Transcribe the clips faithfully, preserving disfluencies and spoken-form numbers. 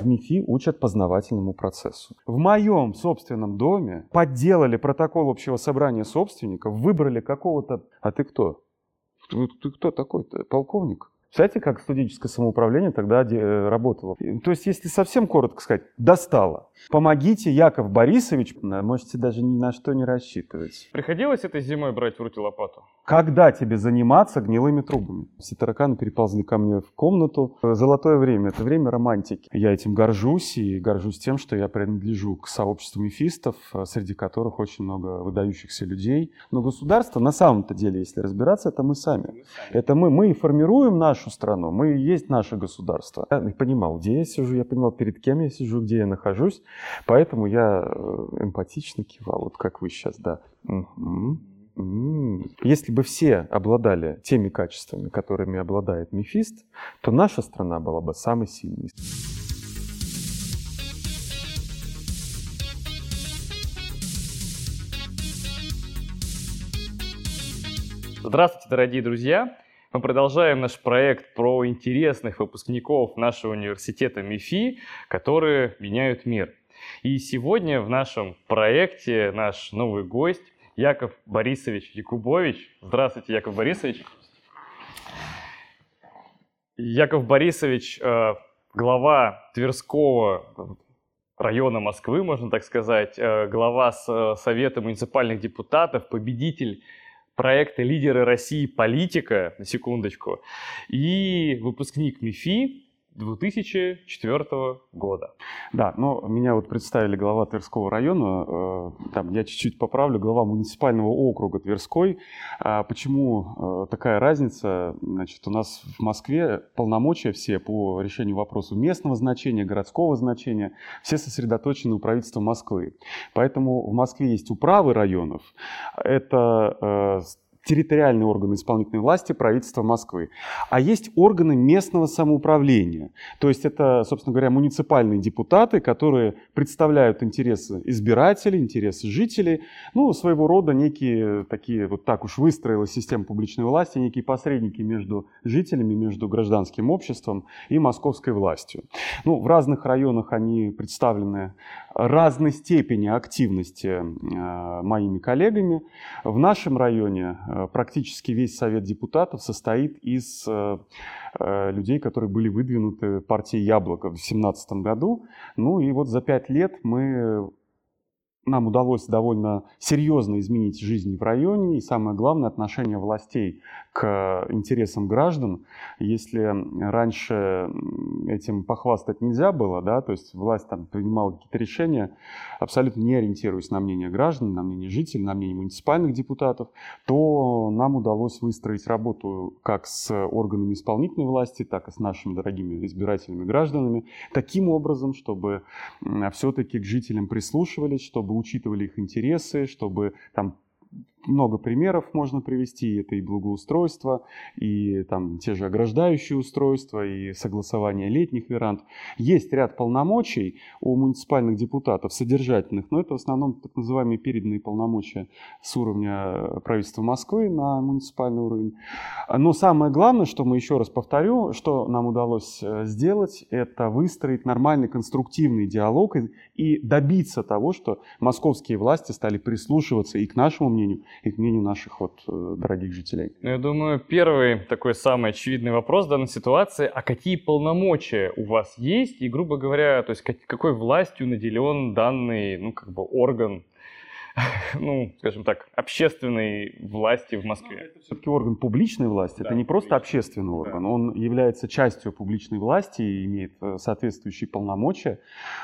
В МИФИ учат познавательному процессу. В моем собственном доме подделали протокол общего собрания собственников, выбрали какого-то... А ты кто? Ты, ты кто такой-то? Полковник? Представляете, как студенческое самоуправление тогда работало? То есть, если совсем коротко сказать, достало. Помогите, Яков Борисович, можете даже ни на что не рассчитывать. Приходилось этой зимой брать в руки лопату? Когда тебе заниматься гнилыми трубами? Все тараканы переползли ко мне в комнату. Золотое время, это время романтики. Я этим горжусь и горжусь тем, что я принадлежу к сообществу мифистов, среди которых очень много выдающихся людей. Но государство, на самом-то деле, если разбираться, это мы сами. Это мы, мы и формируем нашу страну, мы и есть наше государство. Я понимал, где я сижу, я понимал, перед кем я сижу, где я нахожусь. Поэтому я эмпатично кивал, вот как вы сейчас, да. Угу. Если бы все обладали теми качествами, которыми обладает мифист, то наша страна была бы самой сильной. Здравствуйте, дорогие друзья! Мы продолжаем наш проект про интересных выпускников нашего университета МИФИ, которые меняют мир. И сегодня в нашем проекте наш новый гость Яков Борисович Якубович. Здравствуйте, Яков Борисович. Яков Борисович, глава Тверского района Москвы, можно так сказать, глава Совета муниципальных депутатов, победитель проекта «Лидеры России. Политика», на секундочку, и выпускник МИФИ две тысячи четвёртого года. Да, но меня вот представили глава Тверского района, там я чуть-чуть поправлю, глава муниципального округа Тверской. Почему такая разница? Значит, у нас в Москве полномочия все по решению вопросов местного значения, городского значения, все сосредоточены у правительства Москвы. Поэтому в Москве есть управы районов, это территориальные органы исполнительной власти правительства Москвы. А есть органы местного самоуправления. То есть это, собственно говоря, муниципальные депутаты, которые представляют интересы избирателей, интересы жителей. Ну, своего рода некие такие, вот так уж выстроилась система публичной власти, некие посредники между жителями, между гражданским обществом и московской властью. Ну, в разных районах они представлены разной степени активности э, моими коллегами. В нашем районе практически весь совет депутатов состоит из э, э, людей, которые были выдвинуты партией «Яблоко» в две тысячи семнадцатом году. Ну и вот за пять лет мы... Нам удалось довольно серьезно изменить жизнь в районе и, самое главное, отношение властей к интересам граждан. Если раньше этим похвастать нельзя было, да, то есть власть там принимала какие-то решения, абсолютно не ориентируясь на мнение граждан, на мнение жителей, на мнение муниципальных депутатов, то нам удалось выстроить работу как с органами исполнительной власти, так и с нашими дорогими избирателями гражданами таким образом, чтобы все-таки к жителям прислушивались, чтобы учитывали их интересы, чтобы там много примеров можно привести. Это и благоустройство, и там те же ограждающие устройства, и согласование летних веранд. Есть ряд полномочий у муниципальных депутатов, содержательных, но это в основном так называемые переданные полномочия с уровня правительства Москвы на муниципальный уровень. Но самое главное, что мы, еще раз повторю, что нам удалось сделать, это выстроить нормальный конструктивный диалог и, и добиться того, что московские власти стали прислушиваться и к нашему мнению, и к мнению наших вот дорогих жителей. Ну, я думаю, первый такой самый очевидный вопрос в данной ситуации: а какие полномочия у вас есть? И, грубо говоря, то есть как, какой властью наделен данный, ну, как бы орган, ну, скажем так, общественной власти в Москве? Это все-таки орган публичной власти, да, это не просто публичный. Общественный орган, да. Он является частью публичной власти и имеет соответствующие полномочия,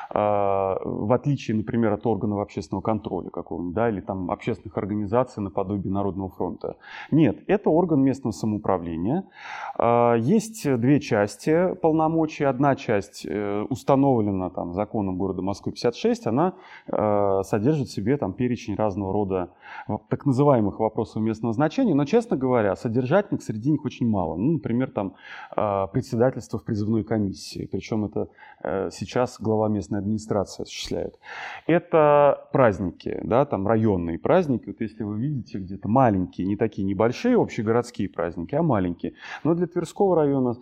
в отличие, например, от органов общественного контроля какого-нибудь, да, или там общественных организаций наподобие Народного фронта. Нет, это орган местного самоуправления. Есть две части полномочий. Одна часть установлена там законом города Москвы пятьдесят шесть, она содержит в себе там перечень перечень разного рода так называемых вопросов местного значения, но, честно говоря, содержательных среди них очень мало. Ну, например, там председательство в призывной комиссии, причем это сейчас глава местной администрации осуществляет. Это праздники, да, там районные праздники. Вот если вы видите где-то маленькие, не такие небольшие общегородские праздники, а маленькие. Но для Тверского района,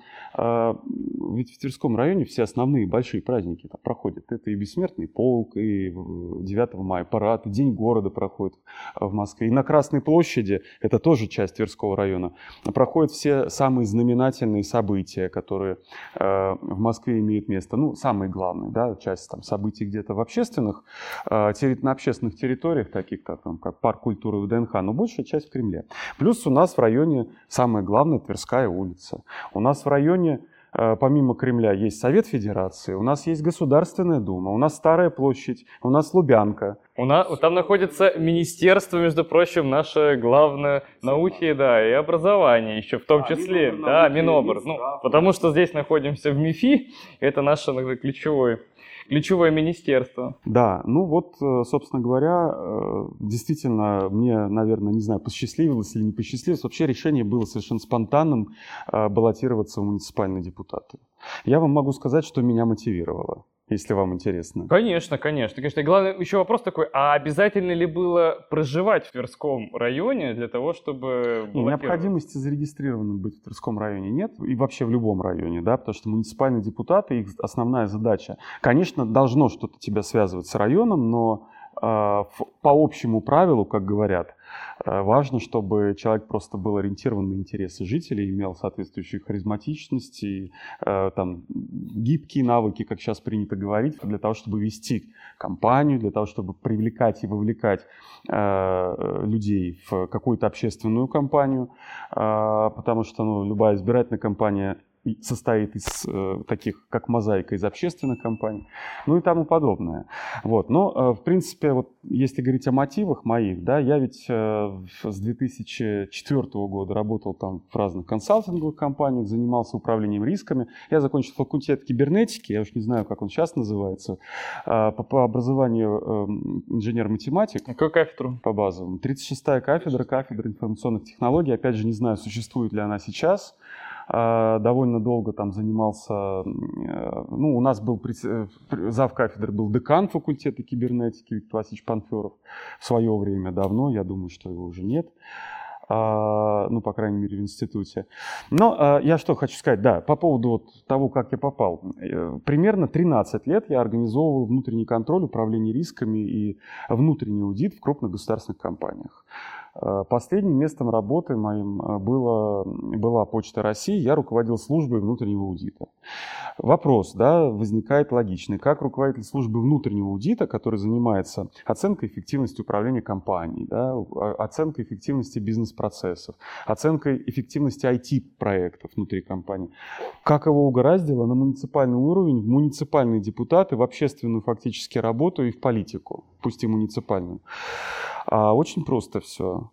ведь в Тверском районе все основные большие праздники там проходят. Это и Бессмертный полк, и девятого мая парад, и День города проходит в Москве. И на Красной площади, это тоже часть Тверского района, проходят все самые знаменательные события, которые э, в Москве имеют место. Ну, самые главные, да, часть там, событий где-то в общественных, э, на общественных территориях, таких как, там, как парк культуры ВДНХ, но большая часть в Кремле. Плюс у нас в районе самое главное Тверская улица. У нас в районе помимо Кремля есть Совет Федерации, у нас есть Государственная Дума, у нас Старая площадь, у нас Лубянка. У нас, там находится министерство, между прочим, наше главное науки, да, и образование еще в том а, числе. Минобр, да, науки, Минобр. Ну, потому что здесь находимся в МИФИ, это наше ключевое. Ключевое министерство. Да, ну вот, собственно говоря, действительно, мне, наверное, не знаю, посчастливилось или не посчастливилось, вообще решение было совершенно спонтанным баллотироваться в муниципальные депутаты. Я вам могу сказать, что меня мотивировало, если вам интересно. Конечно, конечно. конечно. И главное, еще вопрос такой, а обязательно ли было проживать в Тверском районе для того, чтобы... Ну, необходимости зарегистрированным быть в Тверском районе нет, и вообще в любом районе, да, потому что муниципальные депутаты, их основная задача, конечно, должно что-то тебя связывать с районом, но э, по общему правилу, как говорят, э, важно, чтобы человек просто был ориентирован на интересы жителей, имел соответствующую харизматичность и э, там, гибкие навыки, как сейчас принято говорить, для того, чтобы вести компанию, для того, чтобы привлекать и вовлекать э, людей в какую-то общественную кампанию, э, потому что ну, любая избирательная кампания состоит из э, таких, как мозаика, из общественных компаний, ну и тому подобное. Вот. Но, э, в принципе, вот, если говорить о мотивах моих, да, я ведь э, с две тысячи четвёртого года работал там в разных консалтинговых компаниях, занимался управлением рисками. Я закончил факультет кибернетики, я уж не знаю, как он сейчас называется, э, по, по образованию э, инженер-математик. Какую кафедру? По базовому. тридцать шестая кафедра, кафедра информационных технологий. Опять же, не знаю, существует ли она сейчас. Довольно долго там занимался, ну, у нас был зав. Кафедры, был декан факультета кибернетики Виктор Васильевич Панферов в свое время, давно, я думаю, что его уже нет, ну, по крайней мере, в институте. Но я что хочу сказать, да, по поводу вот того, как я попал. Примерно тринадцать лет я организовывал внутренний контроль, управление рисками и внутренний аудит в крупных государственных компаниях. Последним местом работы моим было, была Почта России, я руководил службой внутреннего аудита. Вопрос, да, возникает логичный. Как руководитель службы внутреннего аудита, который занимается оценкой эффективности управления компанией, да, оценкой эффективности бизнес-процессов, оценкой эффективности ай ти-проектов внутри компании, как его угораздило на муниципальный уровень, в муниципальные депутаты, в общественную фактически работу и в политику, пусть и муниципальную? Очень просто все.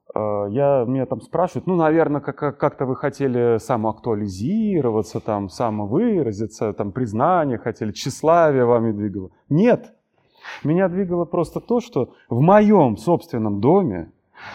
Я, меня там спрашивают, ну, наверное, как, как-то вы хотели самоактуализироваться, там, самовыразиться, там, признание хотели, тщеславие вами двигало. Нет. Меня двигало просто то, что в моем собственном доме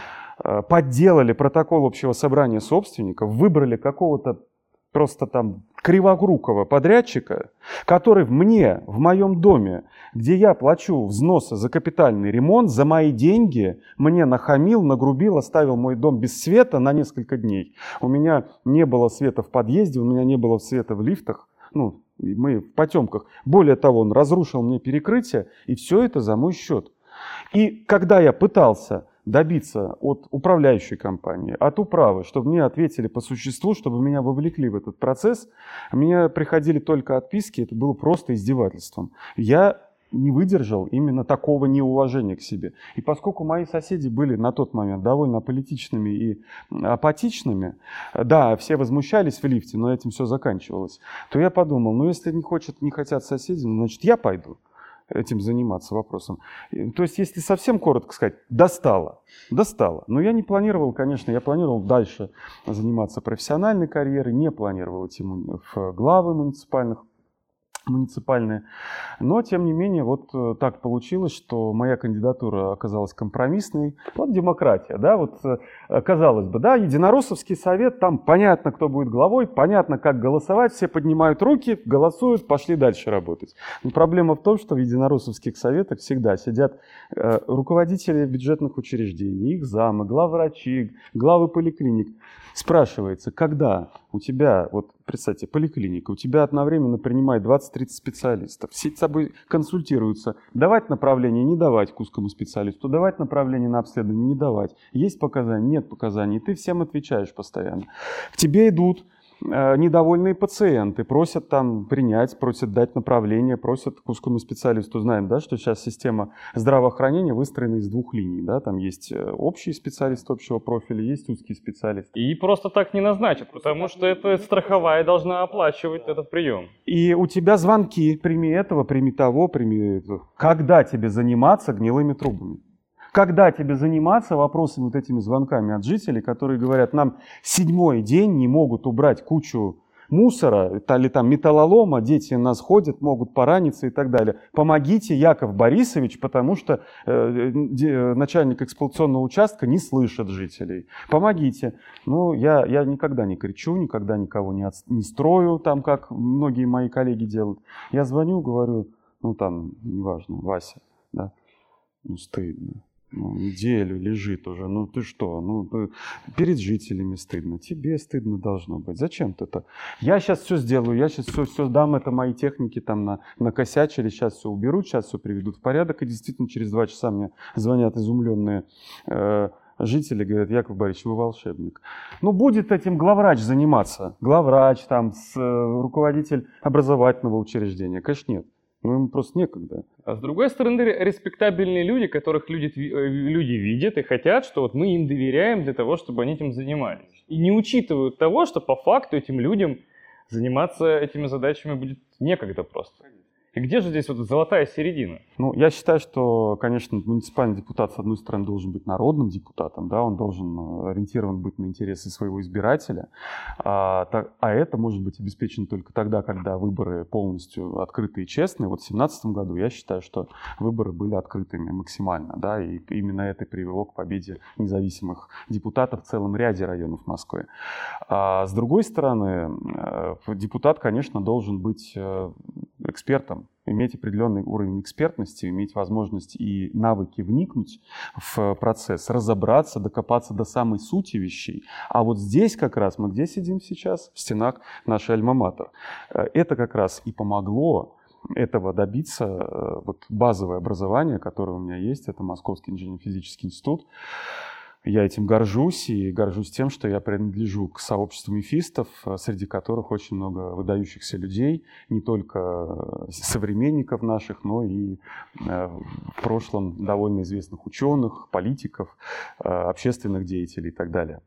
подделали протокол общего собрания собственников, выбрали какого-то просто там кривогрукого подрядчика, который мне, в моем доме, где я плачу взносы за капитальный ремонт, за мои деньги, мне нахамил, нагрубил, оставил мой дом без света на несколько дней. У меня не было света в подъезде, у меня не было света в лифтах, ну, мы в потемках. Более того, он разрушил мне перекрытие, и все это за мой счет. И когда я пытался добиться от управляющей компании, от управы, чтобы мне ответили по существу, чтобы меня вовлекли в этот процесс, мне приходили только отписки, это было просто издевательством. Я не выдержал именно такого неуважения к себе. И поскольку мои соседи были на тот момент довольно аполитичными и апатичными, да, все возмущались в лифте, но этим все заканчивалось, то я подумал, ну если не хочет, не хотят соседи, значит я пойду этим заниматься вопросом. То есть, если совсем коротко сказать, достало, достало. Но я не планировал, конечно, я планировал дальше заниматься профессиональной карьерой, не планировал идти в главы муниципальных муниципальные. Но, тем не менее, вот так получилось, что моя кандидатура оказалась компромиссной. Вот демократия, да, вот казалось бы, да, Единороссовский совет, там понятно, кто будет главой, понятно, как голосовать, все поднимают руки, голосуют, пошли дальше работать. Но проблема в том, что в Единороссовских советах всегда сидят э, руководители бюджетных учреждений, их замы, главврачи, главы поликлиник. Спрашивается, когда у тебя, вот представьте, поликлиника, у тебя одновременно принимает двадцать-тридцать специалистов, все с собой консультируются, давать направление, не давать к узкому специалисту, давать направление на обследование, не давать, есть показания, нет показаний, и ты всем отвечаешь постоянно. К тебе идут э, недовольные пациенты, просят там принять, просят дать направление, просят к узкому специалисту. Знаем, да, что сейчас система здравоохранения выстроена из двух линий, да, там есть общий специалист общего профиля, есть узкий специалист. И просто так не назначат, потому что это страховая должна оплачивать этот прием. И у тебя звонки, прими этого, прими того, прими этого. Когда тебе заниматься гнилыми трубами? Когда тебе заниматься вопросами вот этими звонками от жителей, которые говорят, нам седьмой день не могут убрать кучу мусора, или там металлолома, дети у нас ходят, могут пораниться и так далее. Помогите, Яков Борисович, потому что э, де, начальник эксплуатационного участка не слышит жителей. Помогите. Ну, я, я никогда не кричу, никогда никого не, от, не строю, там, как многие мои коллеги делают. Я звоню, говорю, ну там, неважно, Вася, да, ну стыдно. Ну, неделю лежит уже, ну ты что, ну ты, перед жителями стыдно, тебе стыдно должно быть, зачем ты это? Я сейчас все сделаю, я сейчас все, все дам, это мои техники там на, накосячили, сейчас все уберут, сейчас все приведут в порядок, и действительно через два часа мне звонят изумленные э, жители, говорят, Яков Борисович, вы волшебник. Ну будет этим главврач заниматься, главврач, там, с, э, руководитель образовательного учреждения, конечно нет. Ну, им просто некогда. А с другой стороны, респектабельные люди, которых люди, люди видят и хотят, что вот мы им доверяем для того, чтобы они этим занимались. И не учитывают того, что по факту этим людям заниматься этими задачами будет некогда просто. И где же здесь вот золотая середина? Ну, я считаю, что, конечно, муниципальный депутат, с одной стороны, должен быть народным депутатом, да, он должен ориентирован быть на интересы своего избирателя, а, так, а это может быть обеспечено только тогда, когда выборы полностью открытые и честные. Вот в две тысячи семнадцатом году я считаю, что выборы были открытыми максимально, да, и именно это привело к победе независимых депутатов в целом ряде районов Москвы. А с другой стороны, депутат, конечно, должен быть экспертом, иметь определенный уровень экспертности, иметь возможность и навыки вникнуть в процесс, разобраться, докопаться до самой сути вещей. А вот здесь как раз, мы где сидим сейчас? В стенах нашей альма-матер. Это как раз и помогло этого добиться, вот базовое образование, которое у меня есть, это Московский инженерно-физический институт. Я этим горжусь и горжусь тем, что я принадлежу к сообществу мефистов, среди которых очень много выдающихся людей, не только современников наших, но и в прошлом довольно известных ученых, политиков, общественных деятелей и так далее.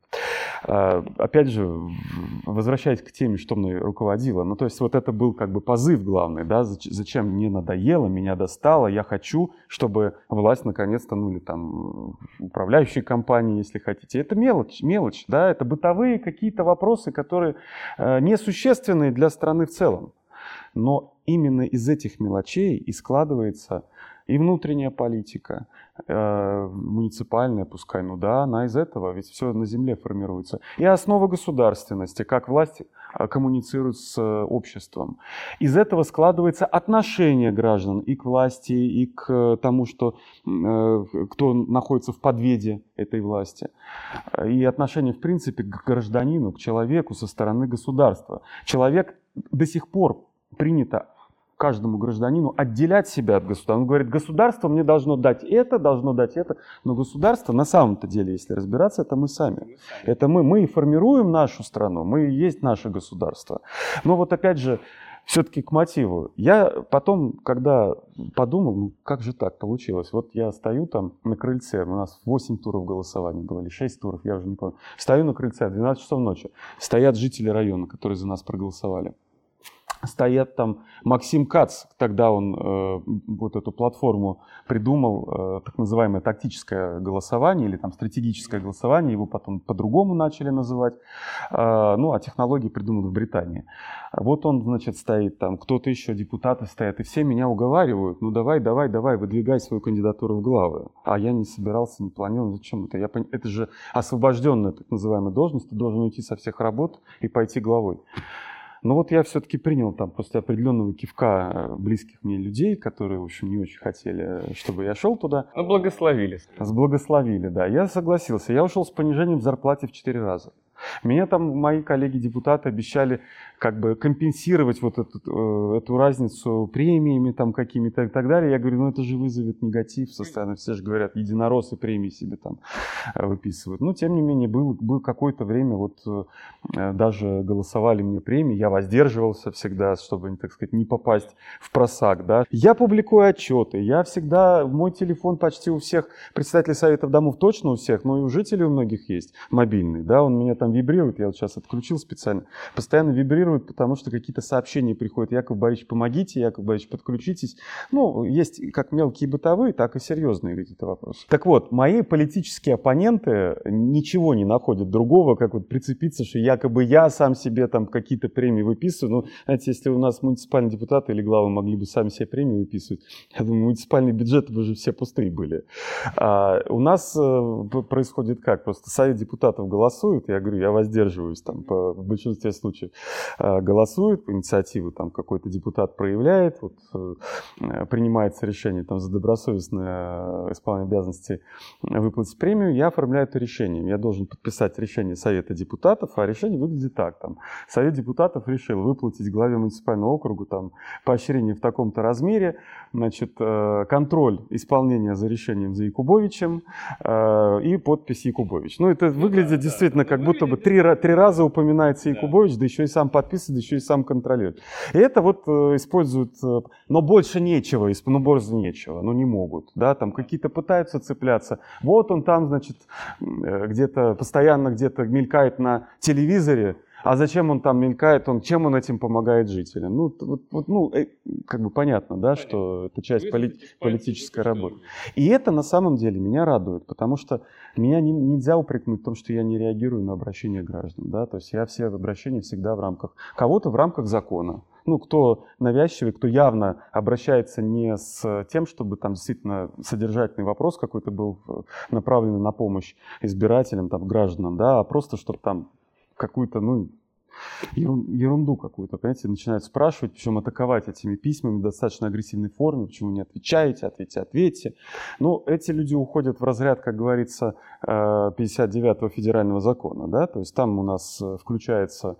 Опять же, возвращаясь к теме, что мной руководило, ну то есть вот это был как бы позыв главный, да, зачем мне надоело, меня достало, я хочу, чтобы власть наконец-то, ну или там управляющие компании, если хотите, это мелочь, мелочь, да, это бытовые какие-то вопросы, которые несущественные для страны в целом, но именно из этих мелочей и складывается и внутренняя политика, э, муниципальная, пускай, ну да, она из этого, ведь все на земле формируется. И основа государственности, как власть коммуницирует с обществом. Из этого складывается отношение граждан и к власти, и к тому, что, э, кто находится в подведе этой власти. И отношение, в принципе, к гражданину, к человеку со стороны государства. Человек до сих пор принято каждому гражданину отделять себя от государства. Он говорит, государство мне должно дать это, должно дать это. Но государство на самом-то деле, если разбираться, это мы сами. Мы сами. Это мы. Мы и формируем нашу страну, мы и есть наше государство. Но вот опять же, все-таки к мотиву. Я потом, когда подумал, ну как же так получилось? Вот я стою там на крыльце, у нас восемь туров голосования было, или шесть туров, я уже не помню. Стою на крыльце, в двенадцать часов ночи. Стоят жители района, которые за нас проголосовали. стоят там Максим Кац, тогда он э, вот эту платформу придумал, э, так называемое тактическое голосование или там стратегическое голосование, его потом по-другому начали называть, э, ну а технологии придуманы в Британии. Вот он, значит, стоит там, кто-то еще, депутаты стоят, и все меня уговаривают, ну давай, давай, давай, выдвигай свою кандидатуру в главы. А я не собирался, не планировал, зачем это? Я, это же освобожденная так называемая должность, ты должен уйти со всех работ и пойти главой. Но вот я все-таки принял там после определенного кивка близких мне людей, которые, в общем, не очень хотели, чтобы я шел туда. Ну, благословили. Благословили, да. Я согласился. Я ушел с понижением в зарплате в четыре раза. Меня там мои коллеги-депутаты обещали как бы компенсировать вот эту, эту разницу премиями там какими-то и так далее. Я говорю, ну это же вызовет негатив со стороны. Все же говорят, единороссы премии себе там выписывают. Но тем не менее, был, был какое-то время, вот даже голосовали мне премии. Я воздерживался всегда, чтобы, так сказать, не попасть в просак. Да. Я публикую отчеты. Я всегда, мой телефон почти у всех председателей советов домов, точно у всех, но и у жителей у многих есть мобильный. Да, он меня там вибрирует, я вот сейчас отключил специально, постоянно вибрирует, потому что какие-то сообщения приходят. Яков Борисович, помогите, Яков Борисович, подключитесь. Ну, есть как мелкие бытовые, так и серьезные какие-то вопросы. Так вот, мои политические оппоненты ничего не находят другого, как вот прицепиться, что якобы я сам себе там какие-то премии выписываю. Ну, знаете, если у нас муниципальные депутаты или главы могли бы сами себе премии выписывать, я думаю, муниципальные бюджеты бы уже все пустые были. А у нас происходит как? Просто совет депутатов голосует, я говорю, я воздерживаюсь там по, в большинстве случаев, э, голосует, по инициативу там какой-то депутат проявляет, вот, э, принимается решение там за добросовестное э, исполнение обязанностей выплатить премию, я оформляю это решение. Я должен подписать решение Совета депутатов, а решение выглядит так. Там, Совет депутатов решил выплатить главе муниципального округа там, поощрение в таком-то размере, значит, э, контроль исполнения за решением за Якубовичем э, и подпись Якубович. Ну, это выглядит да, действительно да, как будто бы три, три раза упоминается Якубович, да. да еще и сам подписывает, да еще и сам контролирует. И это вот э, используют, э, но больше нечего, ну больше нечего, ну не могут, да, там какие-то пытаются цепляться. Вот он там, значит, э, где-то постоянно где-то мелькает на телевизоре, а зачем он там мелькает, он, чем он этим помогает жителям? Ну, вот, вот, ну э, как бы понятно, да, понятно. Что это часть поли- политической работы. И это на самом деле меня радует, потому что меня не, нельзя упрекнуть в том, что я не реагирую на обращения граждан. Да? То есть я все обращения всегда в рамках, кого-то в рамках закона. Ну, кто навязчивый, кто явно обращается не с тем, чтобы там действительно содержательный вопрос какой-то был направлен на помощь избирателям, там, гражданам, да, а просто чтобы там какую-то, ну, ерунду какую-то, понимаете, начинают спрашивать, причем атаковать этими письмами в достаточно агрессивной форме, почему не отвечаете, ответьте, ответьте. Ну, эти люди уходят в разряд, как говорится, пятьдесят девятого федерального закона, да, то есть там у нас включается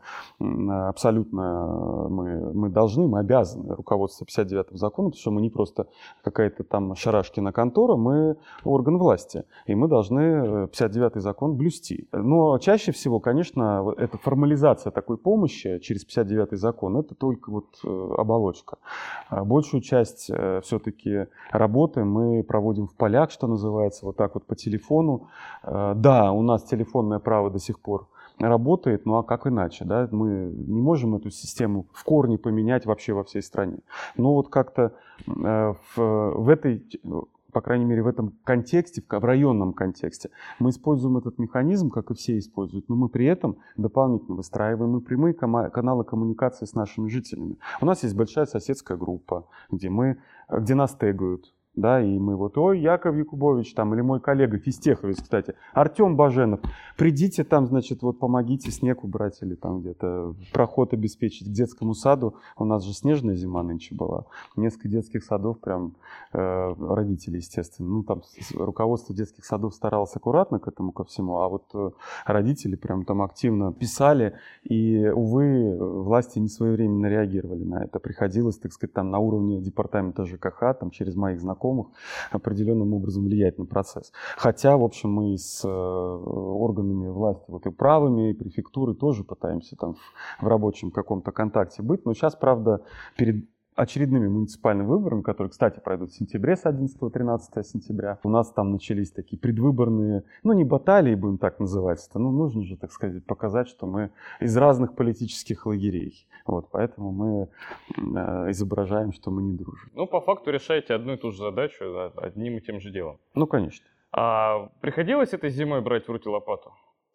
абсолютно, мы, мы должны, мы обязаны руководствоваться пятьдесят девятым законом, потому что мы не просто какая-то там шарашкина контора, мы орган власти, и мы должны пятьдесят девятый закон блюсти. Но чаще всего, конечно, это формализация такой помощи через пятьдесят девятый закон, это только вот оболочка. Большую часть все-таки работы мы проводим в полях, что называется, вот так вот по телефону. Да, у нас телефонное право до сих пор работает, ну а как иначе, да? Мы не можем эту систему в корне поменять вообще во всей стране. Но вот как-то в, в этой... по крайней мере, в этом контексте, в районном контексте, мы используем этот механизм, как и все используют, но мы при этом дополнительно выстраиваем и прямые каналы коммуникации с нашими жителями. У нас есть большая соседская группа, где, мы, где нас тегают. Да, и мы вот, ой, Яков Якубович, там, или мой коллега Фистеховец, кстати, Артем Баженов, придите там, значит, вот помогите снег убрать или там где-то проход обеспечить к детскому саду. У нас же снежная зима нынче была. Несколько детских садов, прям э, родители, естественно. Ну, там руководство детских садов старалось аккуратно к этому ко всему, а вот э, родители прям там активно писали, и, увы, власти не своевременно реагировали на это. Приходилось, так сказать, там на уровне департамента ЖКХ, там через моих знакомых, определенным образом влиять на процесс. Хотя, в общем, мы с э, органами власти, вот и правыми, и префектуры тоже пытаемся там в, в рабочем каком-то контакте быть. Но сейчас, правда, перед очередными муниципальными выборами, которые, кстати, пройдут в сентябре с одиннадцатого-тринадцатого сентября. У нас там начались такие предвыборные, ну не баталии, будем так называть, это, ну нужно же, так сказать, показать, что мы из разных политических лагерей. Вот, поэтому мы э, изображаем, что мы не дружим. Ну, по факту решаете одну и ту же задачу одним и тем же делом. Ну, конечно. А приходилось этой зимой брать в руки лопату?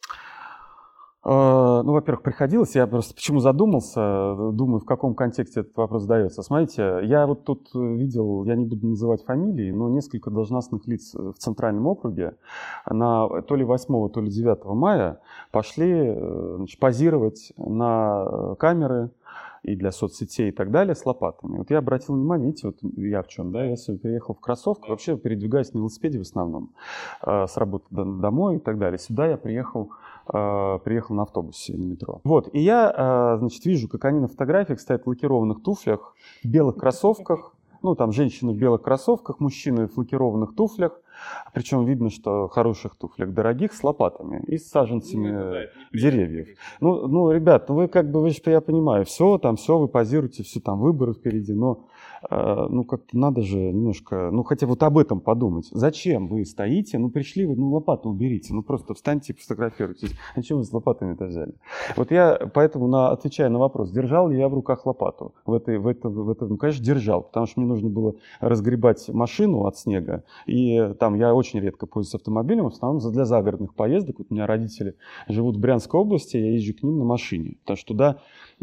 Ну, во-первых, приходилось. Я просто почему задумался, думаю, в каком контексте этот вопрос задается. Смотрите, я вот тут видел, я не буду называть фамилии, но несколько должностных лиц в Центральном округе на то ли восьмого, то ли девятого мая пошли, значит, позировать на камеры и для соцсетей и так далее с лопатами. Вот я обратил внимание, видите, вот я в чем, да, я сегодня приехал в кроссовках, вообще передвигаюсь на велосипеде в основном, с работы домой и так далее. Сюда я приехал, приехал на автобусе, на метро. Вот, и я, значит, вижу, как они на фотографиях стоят в лакированных туфлях, в белых кроссовках, ну, там женщины в белых кроссовках, мужчины в лакированных туфлях, причем видно, что хороших туфлях, дорогих, с лопатами и с саженцами ну, да, деревьев. Ну, ну, ребят, ну вы как бы, вы, я понимаю, все, там все, вы позируете, все, там выборы впереди, но э, ну как-то надо же немножко, ну хотя вот об этом подумать. Зачем вы стоите, ну пришли вы, ну лопату уберите, ну просто встаньте и фотографируйтесь. Зачем вы с лопатами-то взяли? Вот я поэтому, на, отвечая на вопрос, держал ли я в руках лопату в этой, в этом, в этом, ну конечно, держал, потому что мне нужно было разгребать машину от снега, и там я очень редко пользуюсь автомобилем, в основном для загородных поездок. Вот у меня родители живут в Брянской области, я езжу к ним на машине, потому что туда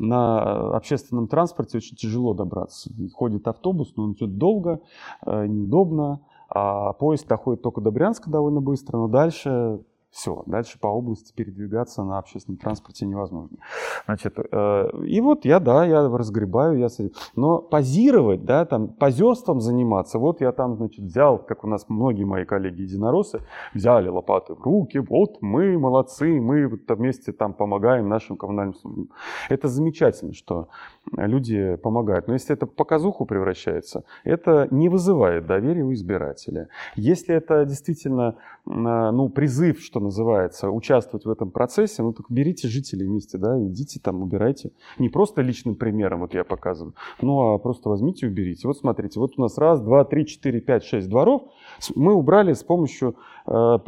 на общественном транспорте очень тяжело добраться. Ходит автобус, но он идет долго, неудобно, а поезд доходит только до Брянска довольно быстро, но дальше... Все, дальше по области передвигаться на общественном транспорте невозможно. Значит, э, и вот я, да, я разгребаю, я, но позировать, да, там, позерством заниматься, вот я там, значит, взял, как у нас многие мои коллеги-единороссы, взяли лопаты в руки, вот мы молодцы, мы вот вместе там помогаем нашим коммунальным службам. Это замечательно, что люди помогают, но если это в показуху превращается, это не вызывает доверия у избирателя. Если это действительно, ну, призыв, что называется, участвовать в этом процессе, ну так берите жителей вместе, да, идите там, убирайте. Не просто личным примером, вот я показываю, ну а просто возьмите и уберите. Вот смотрите, вот у нас раз, два, три, четыре, пять, шесть дворов мы убрали с помощью, э,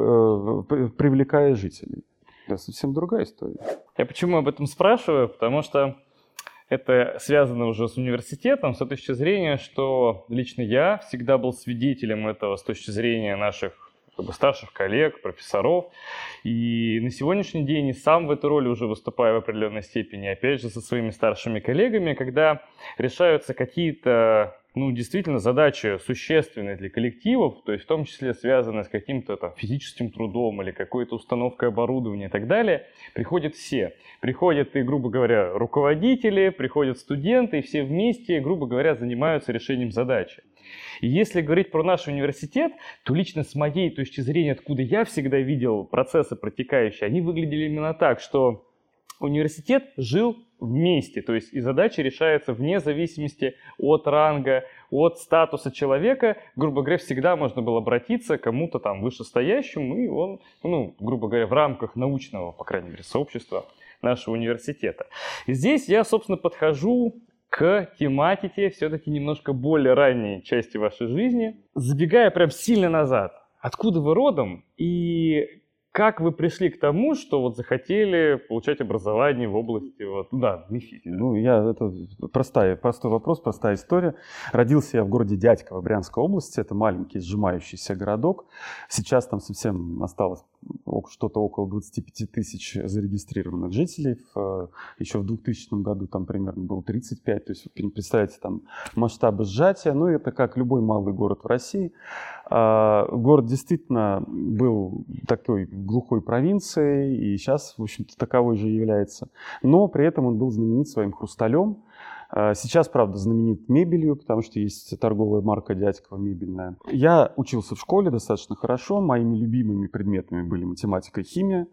э, привлекая жителей. Это совсем другая история. Я почему об этом спрашиваю? Потому что это связано уже с университетом, с той точки зрения, что лично я всегда был свидетелем этого с точки зрения наших как бы старших коллег, профессоров. И на сегодняшний день и сам в этой роли уже выступаю в определенной степени, опять же, со своими старшими коллегами, когда решаются какие-то, ну, действительно, задачи существенные для коллективов, то есть в том числе связанные с каким-то там физическим трудом или какой-то установкой оборудования и так далее, приходят все. Приходят и, грубо говоря, руководители, приходят студенты, и все вместе, грубо говоря, занимаются решением задачи. И если говорить про наш университет, то лично с моей точки зрения, откуда я всегда видел процессы протекающие, они выглядели именно так, что университет жил вместе, то есть и задачи решаются вне зависимости от ранга, от статуса человека. Грубо говоря, всегда можно было обратиться к кому-то там вышестоящему, и он, ну, грубо говоря, в рамках научного, по крайней мере, сообщества нашего университета. И здесь я, собственно, подхожу к тематике все-таки немножко более ранней части вашей жизни. Забегая прям сильно назад, откуда вы родом и как вы пришли к тому, что вот захотели получать образование в области, вот, да, МИФИ? Ну, я, это простая, простой вопрос, простая история. Родился я в городе Дядьково Брянской области, это маленький сжимающийся городок. Сейчас там совсем осталось что-то около двадцати пяти тысяч зарегистрированных жителей. В, еще в двухтысячном году там примерно было тридцать пять, то есть представляете, там масштабы сжатия. Ну, это как любой малый город в России. А, город действительно был такой глухой провинцией, и сейчас, в общем-то, таковой же является. Но при этом он был знаменит своим хрусталем. Сейчас, правда, знаменит мебелью, потому что есть торговая марка Дядьково мебельная. Я учился в школе достаточно хорошо. Моими любимыми предметами были математика и химия.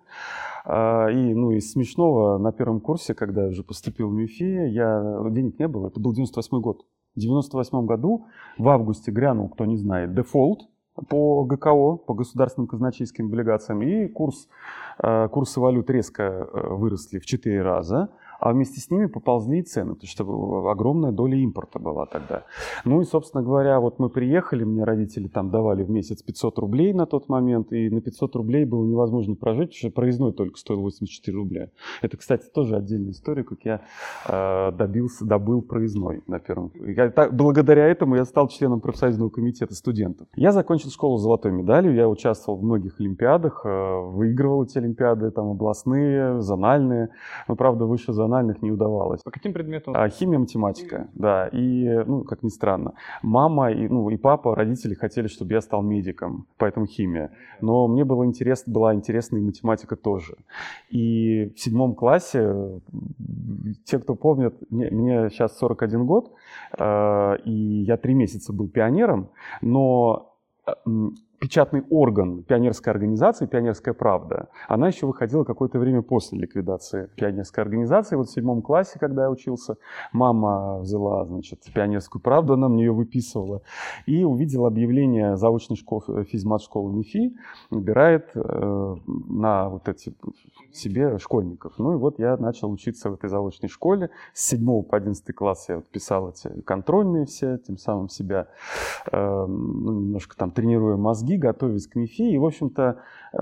И, ну, из смешного, на первом курсе, когда я уже поступил в МИФИ, я, денег не было. Это был девяносто восьмой год. В девяносто восьмом году в августе грянул, кто не знает, дефолт по ГКО, по государственным казначейским облигациям, и курс, курсы валют резко выросли в четыре раза, А вместе с ними поползли и цены, потому что огромная доля импорта была тогда. Ну и, собственно говоря, вот мы приехали, мне родители там давали в месяц пятьсот рублей на тот момент, и на пятьсот рублей было невозможно прожить, потому что проездной только стоил восемьдесят четыре рубля. Это, кстати, тоже отдельная история, как я э, добился, добыл проездной на первом. Я, так, благодаря этому я стал членом профсоюзного комитета студентов. Я закончил школу с золотой медалью, я участвовал в многих олимпиадах, э, выигрывал эти олимпиады, там областные, зональные, но, правда, выше зональных не удавалось. По каким предметам? А, химия, математика, да, и, ну, как ни странно, мама и, ну, и папа, родители хотели, чтобы я стал медиком, поэтому химия, но мне было интересно, была интересна и математика тоже. И в седьмом классе, те, кто помнит, мне, мне сейчас сорок один год, э, и я три месяца был пионером, но э, печатный орган пионерской организации «Пионерская правда», она еще выходила какое-то время после ликвидации пионерской организации. Вот в седьмом классе, когда я учился, мама взяла, значит, «Пионерскую правду», она мне ее выписывала, и увидела объявление заочной школы, физмат-школы МИФИ, набирает э, на вот эти себе школьников. Ну и вот я начал учиться в этой заочной школе. С седьмого по одиннадцатый класс я вот писал эти контрольные все, тем самым себя, э, ну, немножко там тренируя мозги, готовясь к МИФИ. И, в общем-то,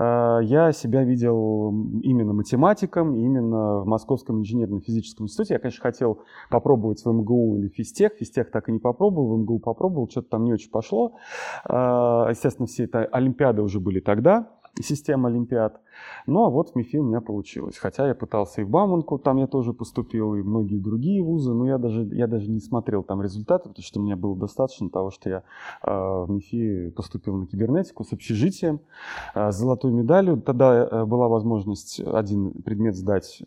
я себя видел именно математиком, именно в Московском инженерно-физическом институте. Я, конечно, хотел попробовать в МГУ или физтех. Физтех так и не попробовал, в МГУ попробовал, что-то там не очень пошло. Естественно, все это олимпиады уже были тогда, система олимпиад. Ну, а вот в МИФИ у меня получилось. Хотя я пытался и в Бауманку, там я тоже поступил, и многие другие вузы, но я даже, я даже не смотрел там результаты, потому что мне было достаточно того, что я э, в МИФИ поступил на кибернетику с общежитием, э, с золотой медалью. Тогда э, была возможность один предмет сдать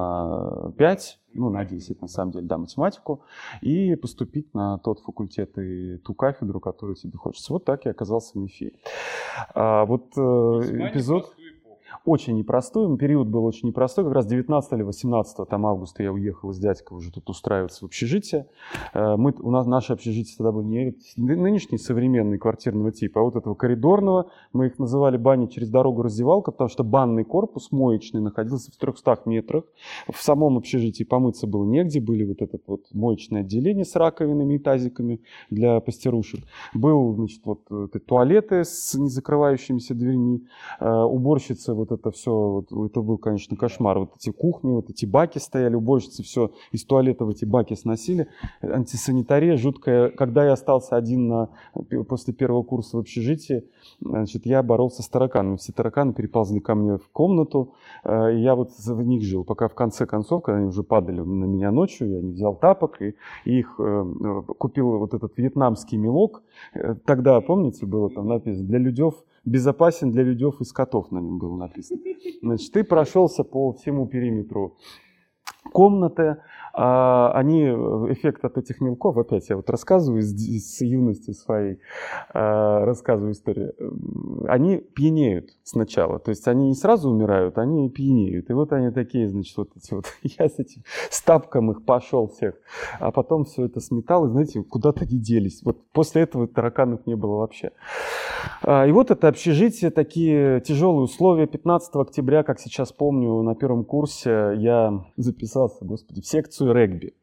на пять, ну, на десять, на самом деле, да, математику, и поступить на тот факультет и ту кафедру, которую тебе хочется. Вот так я оказался в МИФИ. А, вот э, эпизод... Очень непростой, период был очень непростой, как раз девятнадцатого или восемнадцатого там, августа я уехал из Дядькова уже тут устраиваться в общежитие. Мы, у нас наше общежитие тогда было не нынешний современный квартирного типа, а вот этого коридорного, мы их называли бани через дорогу раздевалка, потому что банный корпус моечный находился в трехстах метрах. В самом общежитии помыться было негде, были вот это вот моечное отделение с раковинами и тазиками для постирушек. Был, значит, вот туалеты с незакрывающимися дверьми, уборщица, вот это все, вот, это был, конечно, кошмар. Вот эти кухни, вот эти баки стояли, уборщицы все из туалета в эти баки сносили. Антисанитария жуткая. Когда я остался один на, после первого курса в общежитии, значит, я боролся с тараканами. Все тараканы переползли ко мне в комнату, и я вот в них жил. Пока в конце концов, когда они уже падали на меня ночью, я не взял тапок и, и их э, купил вот этот вьетнамский мелок. Тогда, помните, было там написано «Для людей безопасен для людей и скотов», на нем было написано. Значит, ты прошелся по всему периметру комнаты, а, они, эффект от этих мелков, опять я вот рассказываю с, с юности своей, а, рассказываю историю, они пьянеют сначала, то есть они не сразу умирают, они пьянеют, и вот они такие, значит, вот эти вот, я с этим, с тапком их пошел всех, а потом все это сметал, и, знаете, куда-то не делись, вот после этого тараканов не было вообще. А, и вот это общежитие, такие тяжелые условия. Пятнадцатого октября, как сейчас помню, на первом курсе я записался, господи, в секцию регби.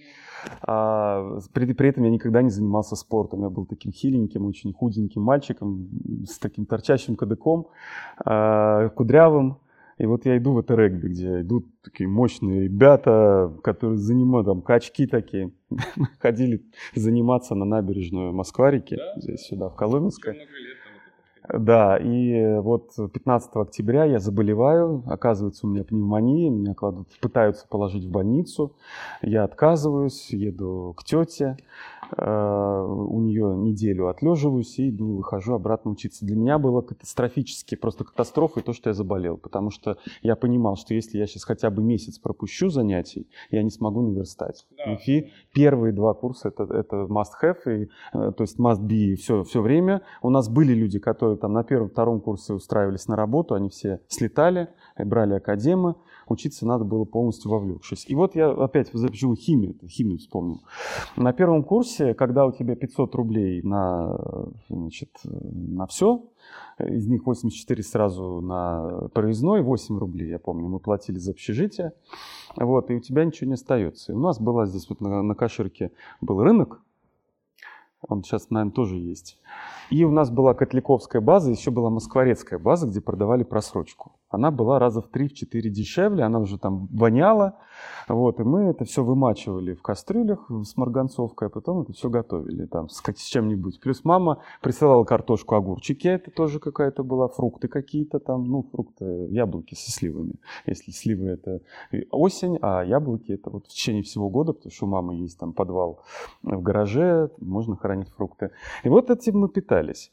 А, при, при этом я никогда не занимался спортом. Я был таким хиленьким, очень худеньким мальчиком с таким торчащим кадыком, а, кудрявым. И вот я иду в это регби, где идут такие мощные ребята, которые занимают, там, качки такие. Мы ходили заниматься на набережную Москва-реки, да? Здесь сюда, в Коломенское. Да, и вот пятнадцатого октября я заболеваю, оказывается, у меня пневмония, меня кладут, пытаются положить в больницу, я отказываюсь, еду к тете, э, у нее неделю отлеживаюсь и иду, выхожу обратно учиться. Для меня было катастрофически, просто катастрофой то, что я заболел, потому что я понимал, что если я сейчас хотя бы месяц пропущу занятий, я не смогу наверстать. Да. МИФИ, первые два курса это, это must have, и, то есть must be все, все время. У нас были люди, которые там на первом-втором курсе устраивались на работу, они все слетали, брали академы, учиться надо было полностью вовлекшись. И вот я опять запишу химию, химию вспомнил. На первом курсе, когда у тебя пятьсот рублей на, значит, на все. Из них восемьдесят четыре сразу на проездной, восемь рублей, я помню, мы платили за общежитие. Вот, и у тебя ничего не остается. И у нас была здесь вот на, на Каширке был рынок, он сейчас, наверное, тоже есть. И у нас была Котляковская база, еще была Москворецкая база, где продавали просрочку. Она была раза в три-четыре дешевле, она уже там воняла. Вот, и мы это все вымачивали в кастрюлях с марганцовкой, а потом это все готовили там с, с чем-нибудь. Плюс мама присылала картошку, огурчики, это тоже какая-то была, фрукты какие-то там, ну, фрукты, яблоки со сливами. Если сливы это осень, а яблоки это вот в течение всего года, потому что у мамы есть там подвал в гараже, можно хранить фрукты. И вот этим мы питались.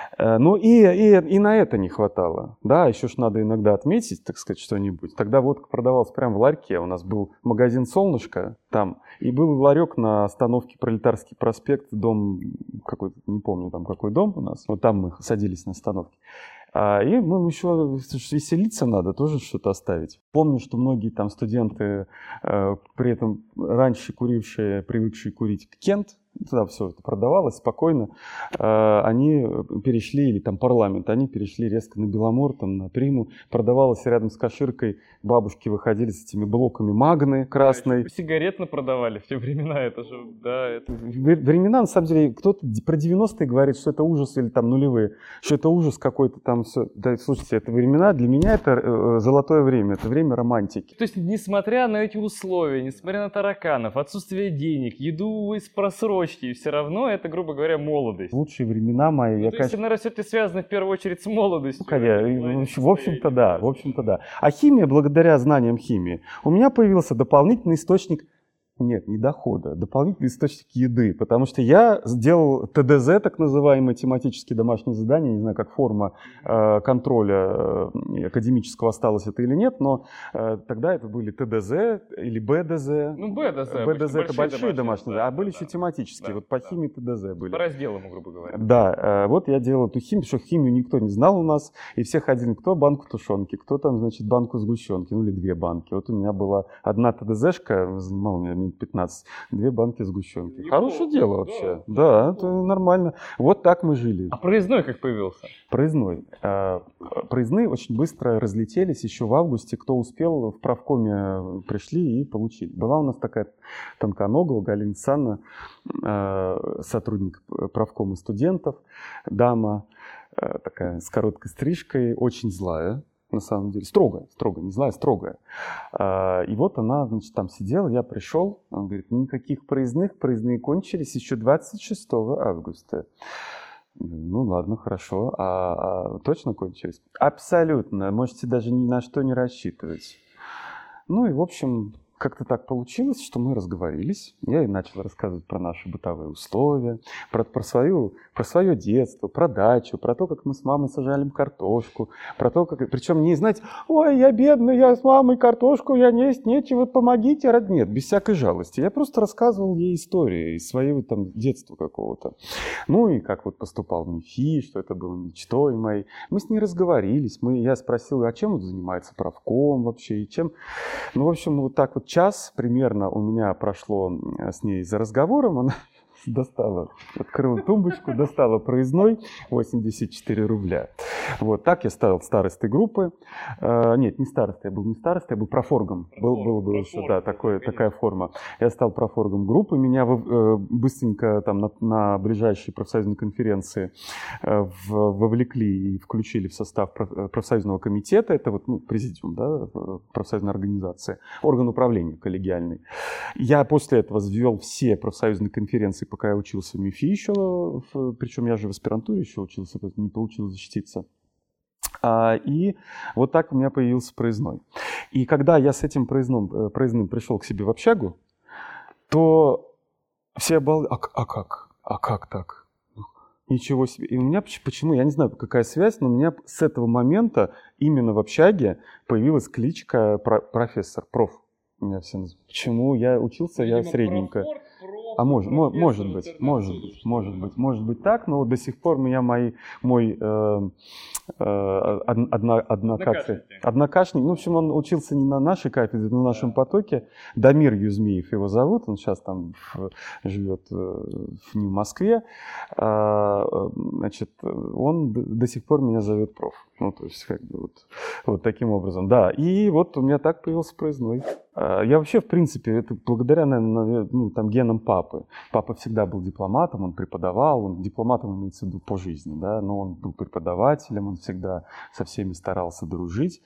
Ну и, и, и на это не хватало. Да, еще ж надо иногда отметить, так сказать, что-нибудь. Тогда водка продавалась прямо в ларьке. У нас был магазин «Солнышко» там, и был ларек на остановке Пролетарский проспект, дом какой-то, не помню там какой дом у нас. Вот там мы садились на остановке. А, и мы еще веселиться надо, тоже что-то оставить. Помню, что многие там студенты, э, при этом раньше курившие, привыкшие курить Кент, туда все это продавалось спокойно, э, они перешли, или там парламент, они перешли резко на Беломор, там на Приму. Продавалось рядом с Каширкой, бабушки выходили с этими блоками Магны красной. Да, сигаретно продавали в те времена, это же, да. Это... Времена, на самом деле, кто-то про девяностые говорит, что это ужас, или там нулевые, что это ужас какой-то там. Все. Да, слушайте, это времена, для меня это э, золотое время, это время романтики. То есть, несмотря на эти условия, несмотря на тараканов, отсутствие денег, еду из просрочки, все равно это, грубо говоря, молодость. Лучшие времена мои. Ну, я, то конечно... есть, наверное, все-таки связано в первую очередь с молодостью. Ну, конечно, в общем-то, да, в общем-то, да. А химия, благодаря знаниям химии, у меня появился дополнительный источник. Нет, не дохода, дополнительный источник еды, потому что я сделал тэ дэ зэ, так называемые тематические домашние задания, не знаю, как форма э, контроля э, академического осталось это или нет, но э, тогда это были тэ дэ зэ или бэ дэ зэ. Ну, бэ дэ зэ. бэ дэ зэ это большие домашние, домашние да, а да, были да, еще тематические, да, вот по химии тэ дэ зэ были. По разделам, грубо говоря. Да, э, вот я делал эту химию, что химию никто не знал у нас, и все ходили, кто банку тушенки, кто там, значит, банку сгущенки, ну или две банки. Вот у меня была одна тэ дэ зэшка, занимала у меня минут пятнадцать, две банки сгущенки. Неплохо. Хорошее дело вообще. Да, да, это нормально. Вот так мы жили. А проездной как появился? Проездной. Проездные очень быстро разлетелись еще в августе. Кто успел, в правкоме пришли и получили. Была у нас такая тонконогая Галина Александровна, сотрудник правкома студентов, дама, такая с короткой стрижкой, очень злая. На самом деле, строгая, строгая, не злая, строгая. И вот она, значит, там сидела, я пришел, она говорит, никаких проездных, проездные кончились еще двадцать шестого августа. Ну ладно, хорошо, а, а точно кончились? Абсолютно, можете даже ни на что не рассчитывать. Ну и, в общем, как-то так получилось, что мы разговорились. Я ей начал рассказывать про наши бытовые условия, про, про, свою, про свое детство, про дачу, про то, как мы с мамой сажали картошку, про то, как... Причем не, знаете, ой, я бедный, я с мамой картошку, я не есть нечего, помогите. Нет, без всякой жалости. Я просто рассказывал ей истории из своего там детства какого-то. Ну и как вот поступал в МИФИ, что это было мечтой моей. Мы с ней разговорились. Мы, я спросил, а чем вот занимается правком вообще, и чем... Ну, в общем, вот так вот час примерно у меня прошло с ней за разговором. Она достала, открыла тумбочку, достала проездной восемьдесят четыре рубля. Вот так я стал старостой группы. А, нет, не старостой, я был не старостой, я был профоргом. Был, был, был еще, да, такое, такая форма. Я стал профоргом группы. Меня э, быстренько там на, на ближайшей профсоюзной конференции э, в, вовлекли и включили в состав профсоюзного комитета. Это вот, ну, президиум, да, профсоюзной организации, орган управления коллегиальный. Я после этого ввел все профсоюзные конференции, пока я учился в МИФИ еще, причем я же в аспирантуре еще учился, не получилось защититься. И вот так у меня появился проездной. И когда я с этим проездным, проездным пришел к себе в общагу, то все обалдели. А, а как? А как так? Ничего себе. И у меня почему, я не знаю, какая связь, но у меня с этого момента именно в общаге появилась кличка профессор, проф. Меня все называют. Почему? Я учился, видимо, я средненько. Профор, проф, а может, может быть, может быть, может быть, может быть так, но до сих пор меня мои, мой э, одна, однокашник. Однокашник. Ну, в общем, он учился не на нашей кафедре, но на нашем потоке. Дамир Юзмиев его зовут. Он сейчас там в, живет в Нью-Москве. Значит, он до сих пор меня зовет проф. Ну, то есть, как бы вот, вот таким образом. Да, и вот у меня так появился проездной. Я вообще, в принципе, это благодаря, наверное, ну, там, генам папы. Папа всегда был дипломатом, он преподавал, он дипломатом имеется в виду по жизни, да, но он был преподавателем, он всегда со всеми старался дружить.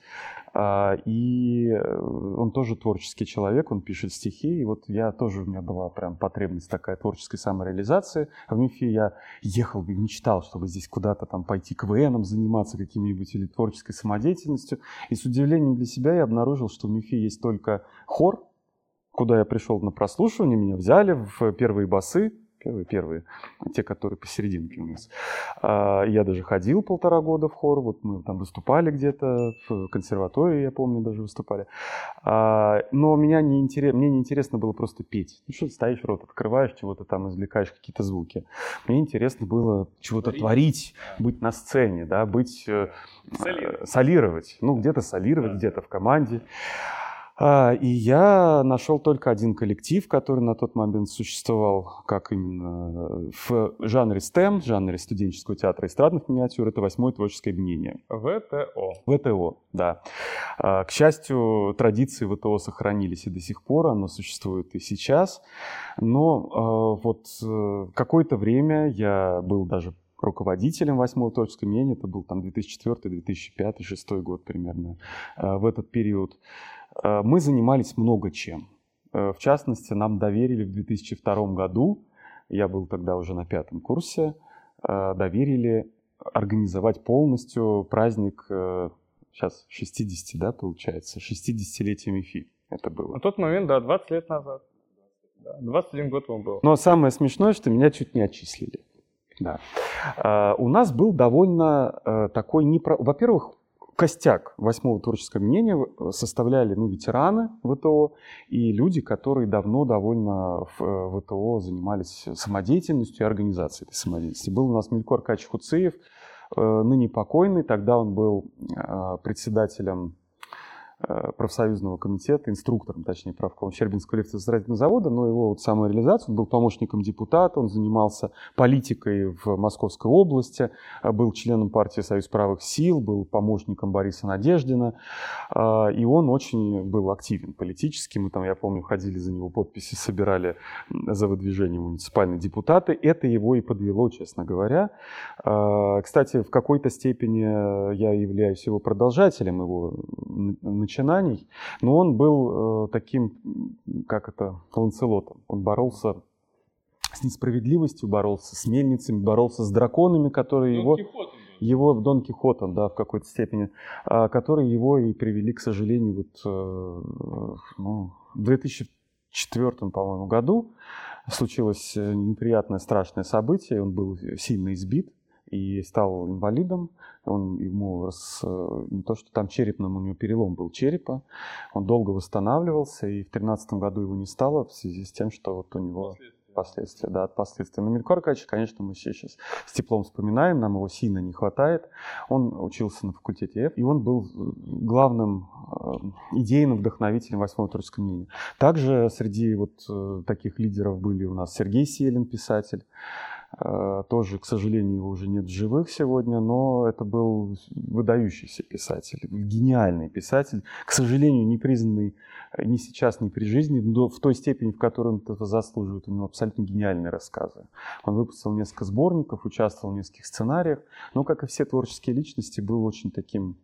И он тоже творческий человек, он пишет стихи, и вот я тоже, у меня была прям потребность такая творческой самореализации. В МИФИ я ехал и мечтал, чтобы здесь куда-то там пойти КВНом заниматься каким-нибудь или творческой самодеятельностью. И с удивлением для себя я обнаружил, что в МИФИ есть только хор, куда я пришел на прослушивание, меня взяли в первые басы, первые, первые, те, которые посерединке у нас. Я даже ходил полтора года в хор, вот мы там выступали где-то, в консерватории, я помню, даже выступали. Но меня не интерес, мне не интересно было просто петь. Ну что ты стоишь, рот открываешь, чего-то там извлекаешь, какие-то звуки. Мне интересно было чего-то творить, творить быть на сцене, да, быть, солировать, солировать. Ну, где-то солировать, да. Где-то в команде. И я нашел только один коллектив, который на тот момент существовал как именно в жанре стэм, в жанре студенческого театра эстрадных миниатюр. Это «Восьмое творческое объединение». ВТО. ВТО, да. К счастью, традиции ВТО сохранились и до сих пор, оно существует и сейчас. Но вот какое-то время я был даже руководителем «Восьмого творческого объединения». Это был там две тысячи четвёртый, две тысячи пятый, две тысячи шестой год примерно в этот период. Мы занимались много чем. В частности, нам доверили в две тысячи втором году, я был тогда уже на пятом курсе, доверили организовать полностью праздник, сейчас шестидесяти, да, получается, шестидесятилетие МИФИ это было. На тот момент, да, двадцать лет назад. двадцать один год вам был. Но самое смешное, что меня чуть не отчислили. Да. У нас был довольно такой, непро... во-первых, костяк «Восьмого творческого объединения» составляли ну, ветераны ВТО и люди, которые давно довольно в ВТО занимались самодеятельностью и организацией этой самодеятельности. Был у нас Мелькор Кач-Хуцеев, ныне покойный, тогда он был председателем профсоюзного комитета, инструктором, точнее, правком Щербинского лифтостроительного завода, но его вот самореализация, он был помощником депутата, он занимался политикой в Московской области, был членом партии «Союз правых сил», был помощником Бориса Надеждина, и он очень был активен политически. Мы там, я помню, ходили за него, подписи собирали за выдвижение муниципальные депутаты. Это его и подвело, честно говоря. Кстати, в какой-то степени я являюсь его продолжателем, его начинаний, но он был э, таким, как это, Ланселотом. Он боролся с несправедливостью, боролся с мельницами, боролся с драконами, которые Дон его... Кихотом, Его Дон Кихотом, да, в какой-то степени, э, которые его и привели, к сожалению, вот, э, ну, в две тысячи четвёртом, по-моему, году случилось неприятное, страшное событие. Он был сильно избит и стал инвалидом. Он, ему рас, не то, что там черепным, у него перелом был черепа. Он долго восстанавливался, и в тринадцатом году его не стало в связи с тем, что вот у него последствия, последствия да, от последствий. Но Мелькор Кач, конечно, мы все сейчас с теплом вспоминаем, нам его сильно не хватает. Он учился на факультете F, и он был главным идейным вдохновителем «Восьмого творческого объединения. Также среди вот таких лидеров были у нас Сергей Селин, писатель. Тоже, к сожалению, его уже нет в живых сегодня, но это был выдающийся писатель, гениальный писатель, к сожалению, не признанный ни сейчас, ни при жизни, но в той степени, в которой он это заслуживает. У него абсолютно гениальные рассказы. Он выпустил несколько сборников, участвовал в нескольких сценариях, но, как и все творческие личности, был очень таким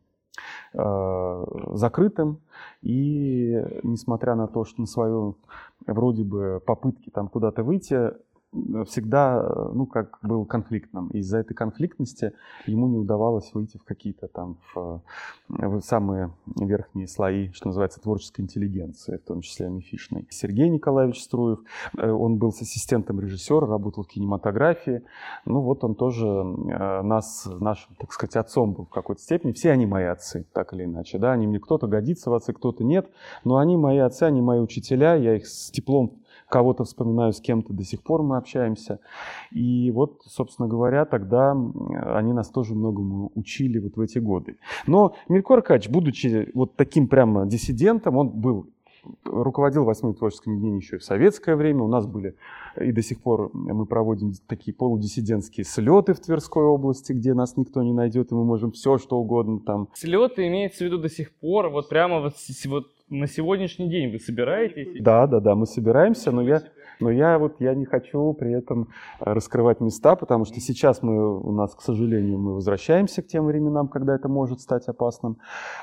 э, закрытым. И, несмотря на то, что на свою, вроде бы, попытки там куда-то выйти, всегда, ну, как был конфликтным. И из-за этой конфликтности ему не удавалось выйти в какие-то там в, в самые верхние слои, что называется, творческой интеллигенции, в том числе мифишной. Сергей Николаевич Струев, он был с ассистентом режиссера, работал в кинематографии. Ну, вот он тоже нас, нашим, так сказать, отцом был в какой-то степени. Все они мои отцы, так или иначе. Да? Они мне кто-то годится в отцы, кто-то нет. Но они мои отцы, они мои учителя. Я их с теплом кого-то вспоминаю, с кем-то до сих пор мы общаемся. И вот, собственно говоря, тогда они нас тоже многому учили вот в эти годы. Но Мелько Аркадьевич, будучи вот таким прямо диссидентом, он был, руководил восьмым творческим объединением еще и в советское время. У нас были, и до сих пор мы проводим такие полудиссидентские слеты в Тверской области, где нас никто не найдет, и мы можем все, что угодно там. Слеты имеется в виду до сих пор, вот прямо вот, вот на сегодняшний день вы собираетесь? Да, да, да, мы собираемся, но я, но я вот я не хочу при этом раскрывать места, потому что сейчас мы, у нас, к сожалению, мы возвращаемся к тем временам, когда это может стать опасным.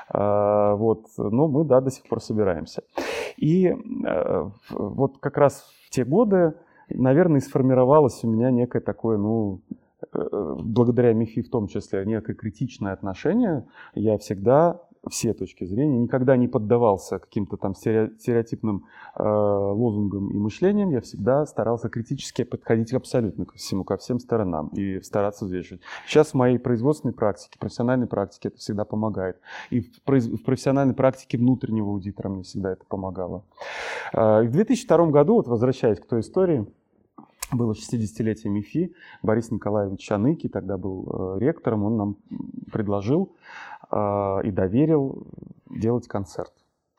А, вот, но мы, да, до сих пор собираемся. И а, вот как раз в те годы, наверное, сформировалось у меня некое такое, ну, благодаря МИФИ в том числе, некое критичное отношение. Я всегда все точки зрения, никогда не поддавался каким-то там стереотипным э, лозунгам и мышлениям. Я всегда старался критически подходить абсолютно ко всему, ко всем сторонам и стараться взвешивать. Сейчас в моей производственной практике, профессиональной практике это всегда помогает. И в, произ... в профессиональной практике внутреннего аудитора мне всегда это помогало. Э, в две тысячи втором году, вот возвращаясь к той истории, было шестидесятилетие МИФИ, Борис Николаевич Аныки тогда был э, ректором, он нам предложил э, и доверил делать концерт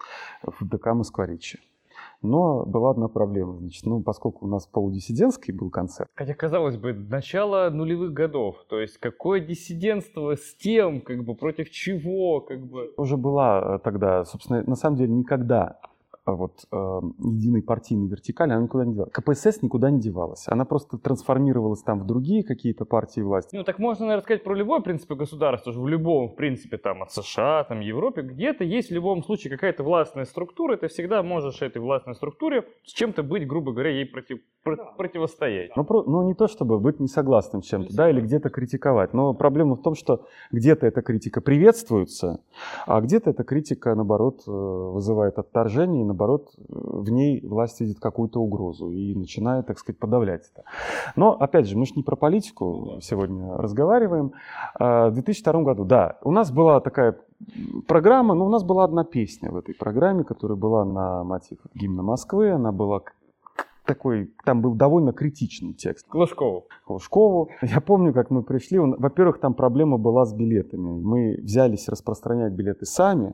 в ДК Москва-Речи. Но была одна проблема, значит, ну, поскольку у нас полудиссидентский был концерт. Хотя, казалось бы, начало нулевых годов, то есть какое диссидентство с тем, как бы против чего, как бы... Уже была тогда, собственно, на самом деле никогда вот э, единой партийной вертикали, она никуда не девалась. КПСС никуда не девалась. Она просто трансформировалась там в другие какие-то партии власти. Ну, так можно, наверное, сказать про любое, в принципе, государство, в любом, в принципе, там, от США, там, Европе, где-то есть в любом случае какая-то властная структура, и ты всегда можешь этой властной структуре с чем-то быть, грубо говоря, ей против, про, противостоять. Ну, про, ну, не то, чтобы быть не согласным с чем-то, да, или где-то критиковать, но проблема в том, что где-то эта критика приветствуется, а где-то эта критика, наоборот, вызывает отторжение, и, наоборот, в ней власть видит какую-то угрозу и начинает, так сказать, подавлять это. Но, опять же, мы же не про политику сегодня разговариваем. В две тысячи втором году, да, у нас была такая программа, но у нас была одна песня в этой программе, которая была на мотив гимна Москвы, она была такой, там был довольно критичный текст. К Лужкову. К Лужкову. Я помню, как мы пришли, во-первых, там проблема была с билетами. Мы взялись распространять билеты сами,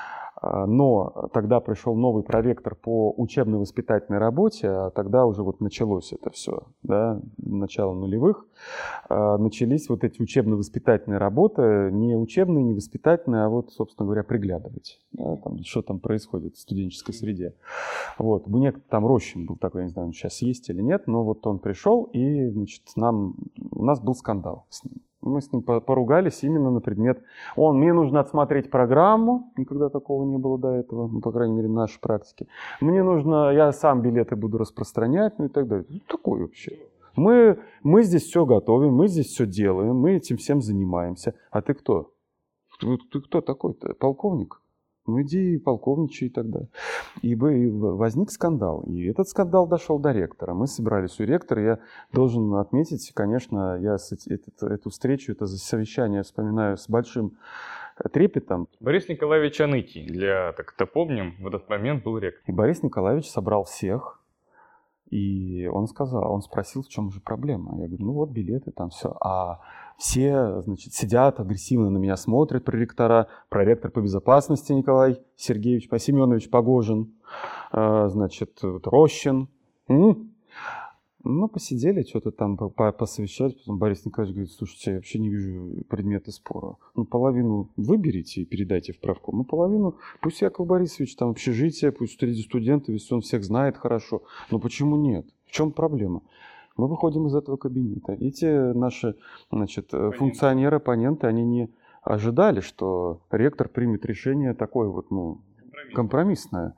но тогда пришел новый проректор по учебно-воспитательной работе, а тогда уже вот началось это все, да, начало нулевых. Начались вот эти учебно-воспитательные работы, не учебные, не воспитательные, а вот, собственно говоря, приглядывать, да, там, что там происходит в студенческой среде. Вот. Некто там Рощин был такой, я не знаю, он сейчас есть или нет, но вот он пришел, и, значит, нам, у нас был скандал с ним. Мы с ним поругались именно на предмет. Он, мне нужно отсмотреть программу, никогда такого не было до этого, ну, по крайней мере, в нашей практике. Мне нужно, я сам билеты буду распространять, ну и так далее. Ну, такое вообще. Мы, мы здесь все готовим, мы здесь все делаем, мы этим всем занимаемся. А ты кто? Ты, ты кто такой-то? Полковник? Ну иди полковничай тогда. И возник скандал. И этот скандал дошел до ректора. Мы собирались у ректора. Я должен отметить, конечно, я этот, эту встречу, это совещание вспоминаю с большим трепетом. Борис Николаевич Аныки, для, так это помним, в этот момент был ректор. И Борис Николаевич собрал всех. И он сказал, он спросил, в чем же проблема. Я говорю, ну вот билеты, там все. А все, значит, сидят, агрессивно на меня смотрят, проректора, проректор по безопасности Николай Сергеевич, Семенович Погожин, значит, Рощин. Ну, посидели, что-то там посовещались. Потом Борис Николаевич говорит, слушайте, я вообще не вижу предмета спора. Ну, половину выберите и передайте в правком. Ну, половину, пусть Яков Борисович, там общежитие, пусть среди студентов, если он всех знает хорошо. Но почему нет? В чем проблема? Мы выходим из этого кабинета. Эти наши, значит, функционеры, оппоненты, они не ожидали, что ректор примет решение такое вот, ну, компромиссное.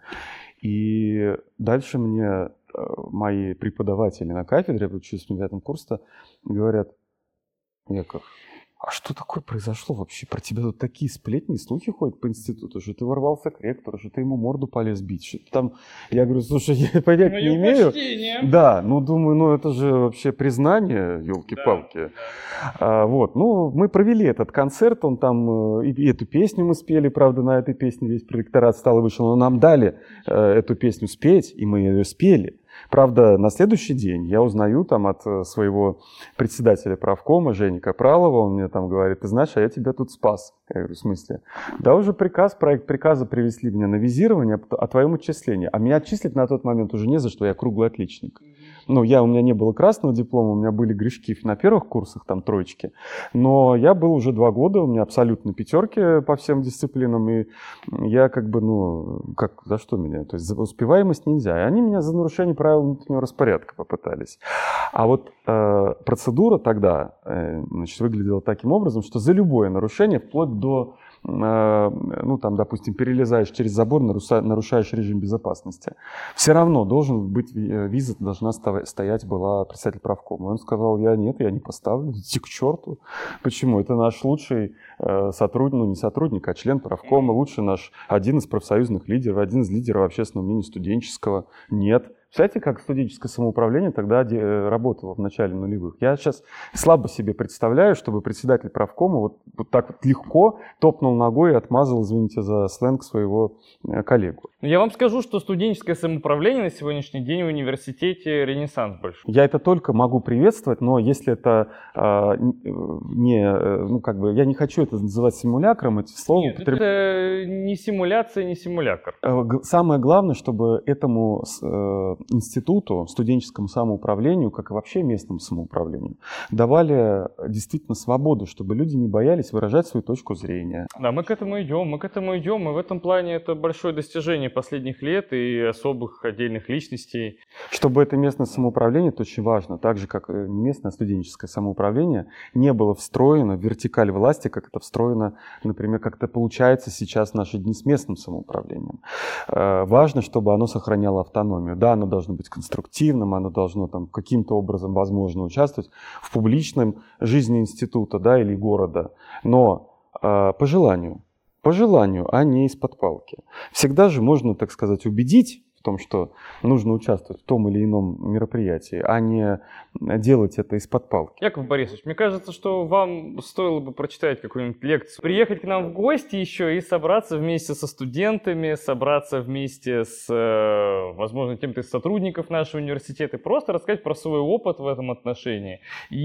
И дальше мне мои преподаватели на кафедре, я учусь в девятом курсе, говорят, Яков, а что такое произошло вообще? Про тебя тут такие сплетни, слухи ходят по институту, что ты ворвался к ректору, что ты ему морду полез бить. Что там... Я говорю, слушай, я понять не имею. Почтение. Да, ну думаю, ну это же вообще признание, елки-палки. Да, да. А, вот, ну мы провели этот концерт, он там, и, и эту песню мы спели, правда, на этой песне весь проректорат встал и вышел, но нам дали э, эту песню спеть, и мы ее спели. Правда, на следующий день я узнаю там от своего председателя правкома Жени Капралова, он мне там говорит: ты знаешь, а я тебя тут спас. Я говорю: в смысле? Да уже приказ, проект приказа привезли меня на визирование о твоем отчислении. А меня отчислить на тот момент уже не за что, я круглый отличник. Ну, я, у меня не было красного диплома, у меня были грешки на первых курсах, там, троечки. Но я был уже два года, у меня абсолютно пятерки по всем дисциплинам, и я как бы, ну, как, за что меня? То есть за успеваемость нельзя. И они меня за нарушение правил внутреннего распорядка попытались. А вот э, процедура тогда, э, значит, выглядела таким образом, что за любое нарушение, вплоть до, э, ну, там, допустим, перелезаешь через забор, наруша, нарушаешь режим безопасности, все равно должен быть, виза должна стоять была председатель правкома. Он сказал: я нет, я не поставлю, идти к черту. Почему? Это наш лучший э, сотрудник, ну не сотрудник, а член правкома, лучший наш, один из профсоюзных лидеров, один из лидеров общественного мнения студенческого. Нет. Представляете, как студенческое самоуправление тогда работало в начале нулевых? Я сейчас слабо себе представляю, чтобы председатель правкома вот, вот так вот легко топнул ногой и отмазал, извините за сленг, своего коллегу. Я вам скажу, что студенческое самоуправление на сегодняшний день в университете ренессанс большой. Я это только могу приветствовать, но если это э, не, ну как бы, я не хочу это называть симулякром, эти слова. Нет, употреб... это не симуляция, не симулякр. Самое главное, чтобы этому э, институту, студенческому самоуправлению, как и вообще местному самоуправлению, давали действительно свободу, чтобы люди не боялись выражать свою точку зрения. Да, мы к этому идем, мы к этому идем, и в этом плане это большое достижение последних лет и особых отдельных личностей. Чтобы это местное самоуправление, это очень важно, так же, как не местное, а студенческое самоуправление, не было встроено в вертикаль власти, как это встроено, например, как это получается сейчас в наши дни с местным самоуправлением. Важно, чтобы оно сохраняло автономию. Да, оно должно быть конструктивным, оно должно там каким-то образом, возможно, участвовать в публичной жизни института, да, или города, но э, по желанию, по желанию, а не из-под палки. Всегда же можно, так сказать, убедить в том, что нужно участвовать в том или ином мероприятии, а не делать это из-под палки. Яков Борисович, мне кажется, что вам стоило бы прочитать какую-нибудь лекцию, приехать к нам в гости еще и собраться вместе со студентами, собраться вместе с, возможно, кем-то из сотрудников нашего университета, и просто рассказать про свой опыт в этом отношении.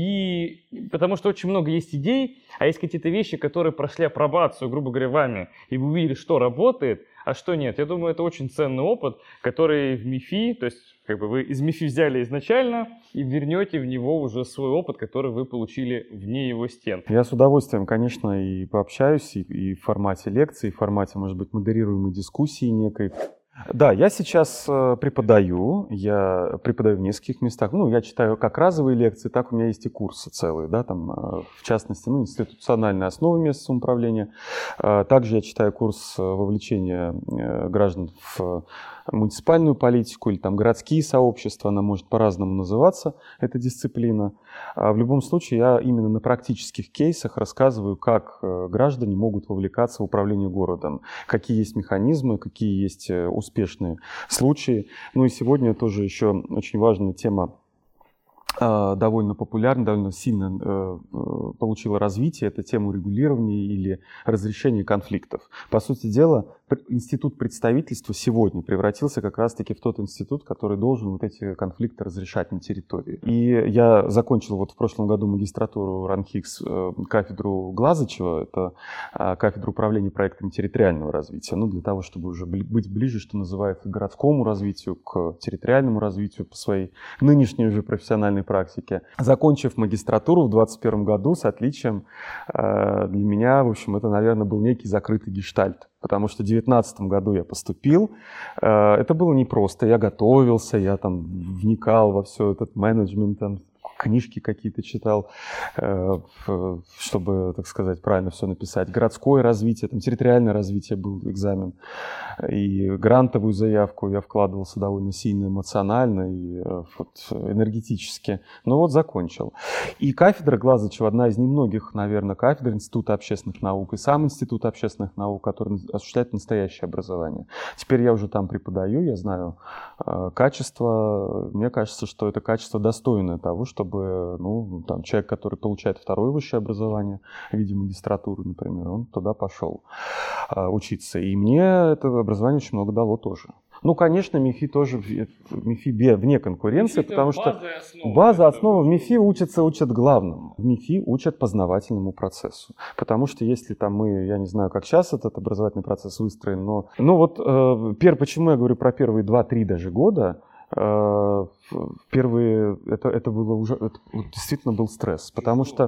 И потому что очень много есть идей, а есть какие-то вещи, которые прошли апробацию, грубо говоря, вами, и вы увидели, что работает, а что нет. Я думаю, это очень ценный опыт, который в МИФИ, то есть как бы вы из МИФИ взяли изначально и вернете в него уже свой опыт, который вы получили вне его стен. Я с удовольствием, конечно, и пообщаюсь, и, и в формате лекции, и в формате, может быть, модерируемой дискуссии некой. Да, я сейчас преподаю, я преподаю в нескольких местах. Ну, я читаю как разовые лекции, так у меня есть и курсы целые, да, там, в частности, ну, институциональные основы местного самоуправления. Также я читаю курс вовлечения граждан в муниципальную политику или там городские сообщества, она может по-разному называться, эта дисциплина. В любом случае, я именно на практических кейсах рассказываю, как граждане могут вовлекаться в управление городом, какие есть механизмы, какие есть успешные случаи. Ну и сегодня тоже еще очень важная тема, довольно популярна, довольно сильно э, получила развитие, это тема урегулирования или разрешения конфликтов. По сути дела, институт представительства сегодня превратился как раз-таки в тот институт, который должен вот эти конфликты разрешать на территории. И я закончил вот в прошлом году магистратуру РАНХИКС, э, кафедру Глазычева, это э, кафедру управления проектами территориального развития, ну, для того, чтобы уже быть ближе, что называется, к городскому развитию, к территориальному развитию по своей нынешней уже профессиональной практике. Закончив магистратуру в двадцать первом году с отличием, для меня, в общем, это, наверное, был некий закрытый гештальт, потому что в девятнадцатом году я поступил. Это было непросто, я готовился, я там вникал во все этот менеджмент, там, книжки какие-то читал, чтобы, так сказать, правильно все написать. Городское развитие, там, территориальное развитие был экзамен. И грантовую заявку я вкладывался довольно сильно эмоционально и вот, энергетически. Но вот закончил. И кафедра Глазычева, одна из немногих, наверное, кафедр Института общественных наук и сам Институт общественных наук, который осуществляет настоящее образование. Теперь я уже там преподаю, я знаю качество. Мне кажется, что это качество достойное того, чтобы чтобы ну, там, человек, который получает второе высшее образование в виде магистратуры, например, он туда пошел а, учиться. И мне это образование очень много дало тоже. Ну, конечно, МИФИ тоже МИФИ вне конкуренции, МИФИ потому база что и основа, база, это основа в вот. МИФИ учатся, учат главному. В МИФИ учат познавательному процессу. Потому что если там мы, я не знаю, как сейчас этот образовательный процесс выстроен, но... Ну вот, э, пер, почему я говорю про первые два-три даже года, э, первые, это, это было уже, это вот действительно был стресс, потому что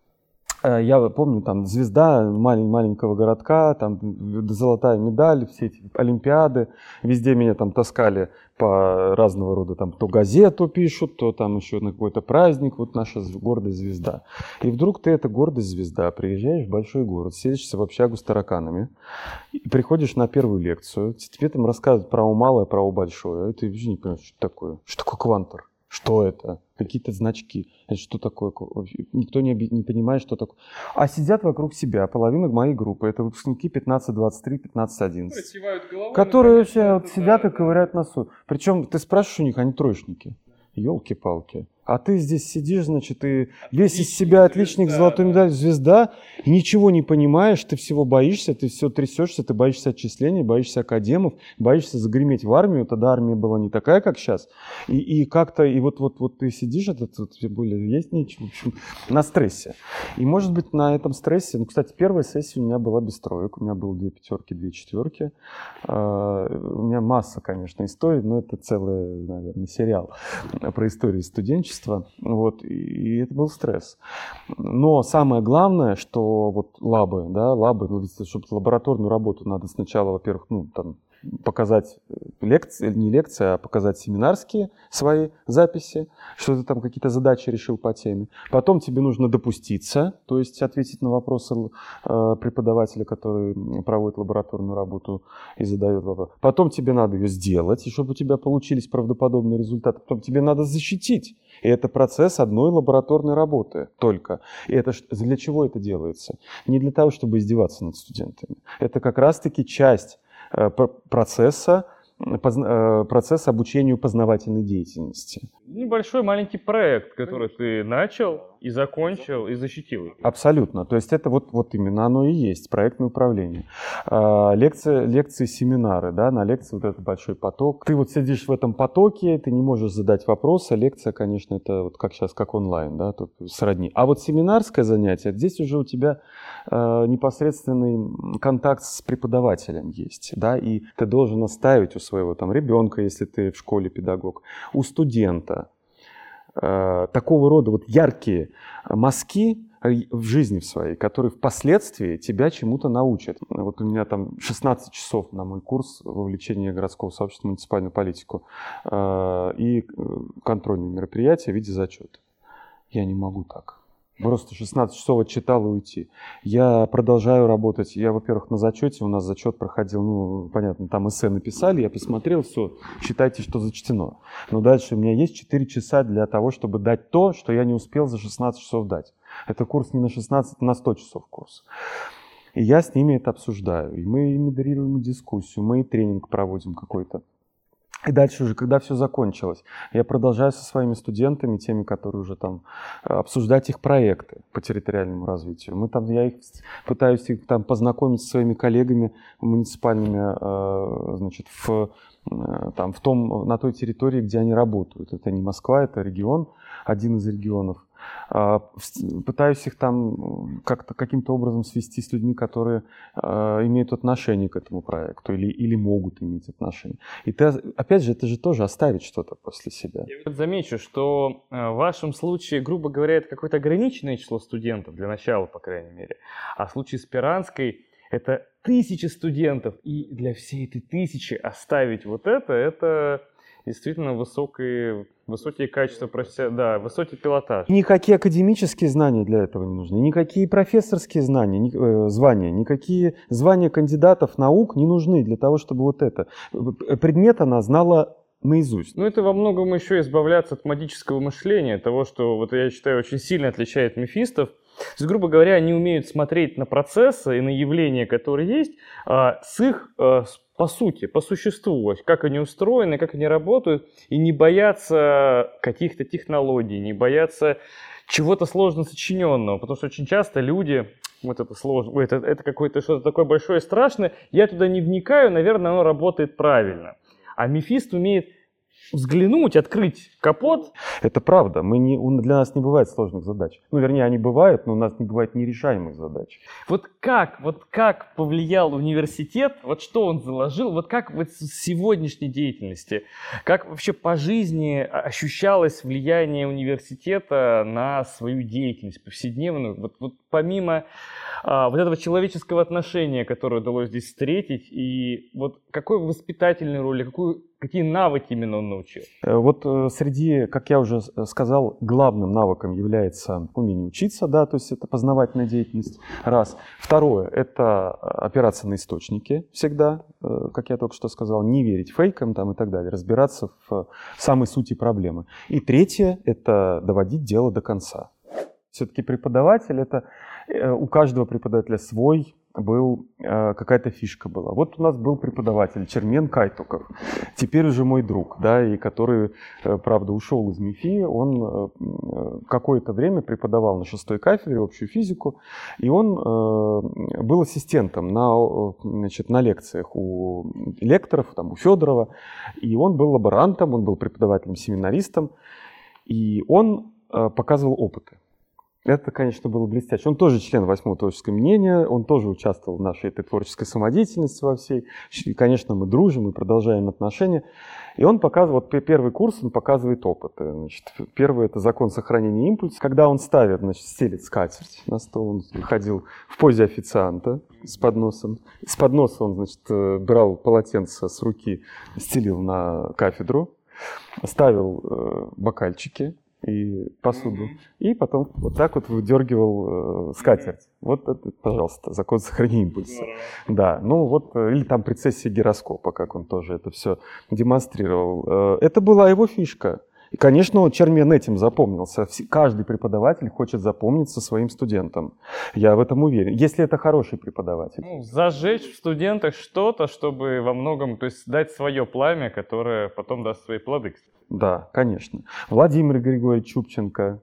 я помню, там, звезда малень, маленького городка, там, золотая медаль, все эти олимпиады, везде меня там таскали по разного рода, там, то газету пишут, то там еще на какой-то праздник, вот наша гордая звезда. И вдруг ты, эта гордая звезда, приезжаешь в большой город, сидишься в общагу с тараканами, и приходишь на первую лекцию, тебе там рассказывают про У малое, про У большое, и ты вообще не понимаешь, что такое, что такое квантор. Что это? Какие-то значки. Это что такое? Никто не, не понимает, что такое. А сидят вокруг себя половина моей группы. Это выпускники пятнадцать двадцать три, пятнадцать одиннадцать. Головой, которые вообще это, вот сидят да, и ковыряют носу. Причем ты спрашиваешь у них, они троечники. Ёлки-палки. А ты здесь сидишь, значит, и весь из себя отличник, звезда, золотой да. медаль, звезда, и ничего не понимаешь, ты всего боишься, ты все трясешься, ты боишься отчислений, боишься академов, боишься загреметь в армию. Тогда армия была не такая, как сейчас. И, и как-то, и вот, вот, вот ты сидишь, это, вот, тем более, есть нечего, в общем, на стрессе. И, может быть, на этом стрессе, ну, кстати, первая сессия у меня была без троек, у меня было две пятерки, две четверки. Uh, у меня масса, конечно, историй, но это целый, наверное, сериал про историю студенчества. Вот, и это был стресс. Но самое главное, что вот лабы, да, лабы, чтобы лабораторную работу надо сначала, во-первых, ну, там, показать лекции, не лекции, а показать семинарские свои записи, что ты там какие-то задачи решил по теме. Потом тебе нужно допуститься, то есть ответить на вопросы э, преподавателя, который проводит лабораторную работу и задает вопрос. Потом тебе надо ее сделать, и чтобы у тебя получились правдоподобные результаты. Потом тебе надо защитить. И это процесс одной лабораторной работы только. И это для чего это делается? Не для того, чтобы издеваться над студентами. Это как раз-таки часть процесса, процесс обучению познавательной деятельности. Небольшой маленький проект, который ты начал и закончил, и защитил. Абсолютно. То есть это вот, вот именно оно и есть, проектное управление. А, лекции, лекции, семинары, да, на лекции вот этот большой поток. Ты вот сидишь в этом потоке, ты не можешь задать вопросы. Лекция, конечно, это вот как сейчас, как онлайн, да, тут сродни. А вот семинарское занятие, здесь уже у тебя а, непосредственный контакт с преподавателем есть, да, и ты должен оставить у своего там ребенка, если ты в школе педагог, у студента э, такого рода вот яркие мазки в жизни в своей, которые впоследствии тебя чему-то научат. Вот у меня там шестнадцать часов на мой курс вовлечения городского сообщества в муниципальную политику э, и контрольные мероприятия в виде зачета. Я не могу так. Просто шестнадцать часов отчитал и уйти. Я продолжаю работать. Я, во-первых, на зачете. У нас зачет проходил, ну, понятно, там эссе написали, я посмотрел, все, считайте, что зачтено. Но дальше у меня есть четыре часа для того, чтобы дать то, что я не успел за шестнадцать часов дать. Это курс не на шестнадцать, а на сто часов курс. И я с ними это обсуждаю. И мы и модерируем дискуссию, мы и тренинг проводим какой-то. И дальше уже, когда все закончилось, я продолжаю со своими студентами, теми, которые уже там, обсуждать их проекты по территориальному развитию. Мы там, я их пытаюсь их там познакомить со своими коллегами муниципальными, значит, в, там, в том, на той территории, где они работают. Это не Москва, это регион, один из регионов. Пытаюсь их там как-то каким-то образом свести с людьми, которые э, имеют отношение к этому проекту или, или могут иметь отношение. И ты, опять же, это же тоже оставить что-то после себя. Я вот замечу, что в вашем случае, грубо говоря, это какое-то ограниченное число студентов, для начала, по крайней мере. А в случае с Пиранской это тысячи студентов. И для всей этой тысячи оставить вот это, это... действительно высокие, высокие качества, да, высокий пилотаж. Никакие академические знания для этого не нужны, никакие профессорские знания, ни, э, звания, никакие звания кандидатов наук не нужны для того, чтобы вот это. Предмет она знала наизусть. Ну, это во многом еще избавляться от магического мышления, того, что, вот я считаю, очень сильно отличает мифистов. То есть, грубо говоря, они умеют смотреть на процессы и на явления, которые есть, а, с их, а, по сути, по существу, как они устроены, как они работают, и не бояться каких-то технологий, не бояться чего-то сложно сочиненного, потому что очень часто люди, вот это сложно, это, это какое-то что-то такое большое и страшное, я туда не вникаю, наверное, оно работает правильно. А Мефист умеет взглянуть, открыть капот. Это правда. Мы не, для нас не бывает сложных задач. Ну, вернее, они бывают, но у нас не бывает нерешаемых задач. Вот как, вот как повлиял университет, вот что он заложил, вот как вот с сегодняшней деятельности, как вообще по жизни ощущалось влияние университета на свою деятельность повседневную, вот, вот помимо а, вот этого человеческого отношения, которое удалось здесь встретить, и вот какой воспитательной роли, какую Какие навыки именно он научил? Вот среди, как я уже сказал, главным навыком является умение учиться, да, то есть это познавательная деятельность, раз. Второе, это опираться на источники всегда, как я только что сказал, не верить фейкам там и так далее, разбираться в самой сути проблемы. И третье, это доводить дело до конца. Все-таки преподаватель, это у каждого преподавателя свой был, какая-то фишка была. Вот у нас был преподаватель Чермен Кайтуков, теперь уже мой друг, да, и который, правда, ушел из МИФИ. Он какое-то время преподавал на шестой кафедре общую физику, и он был ассистентом на, значит, на лекциях у лекторов, там, у Федорова, и он был лаборантом, он был преподавателем-семинаристом, и он показывал опыты. Это, конечно, было блестяще. Он тоже член восьмого творческого мнения, он тоже участвовал в нашей этой творческой самодеятельности во всей. И, конечно, мы дружим, мы продолжаем отношения. И он показывает, вот первый курс, он показывает опыты. Значит, первый — это закон сохранения импульса. Когда он ставит, значит, стелит скатерть на стол, он выходил в позе официанта с подносом. С подноса он, значит, брал полотенце с руки, стелил на кафедру, ставил э, бокальчики и посуду, и потом вот так вот выдергивал э, скатерть. Вот это, пожалуйста, закон сохранения импульса. Да, ну вот, или там прецессия гироскопа, как он тоже это все демонстрировал. Это была его фишка. И, конечно, Чермен этим запомнился. Каждый преподаватель хочет запомниться своим студентам. Я в этом уверен. Если это хороший преподаватель. Ну, зажечь в студентах что-то, чтобы во многом, то есть дать свое пламя, которое потом даст свои плоды. Да, конечно. Владимир Григорьевич Чупченко.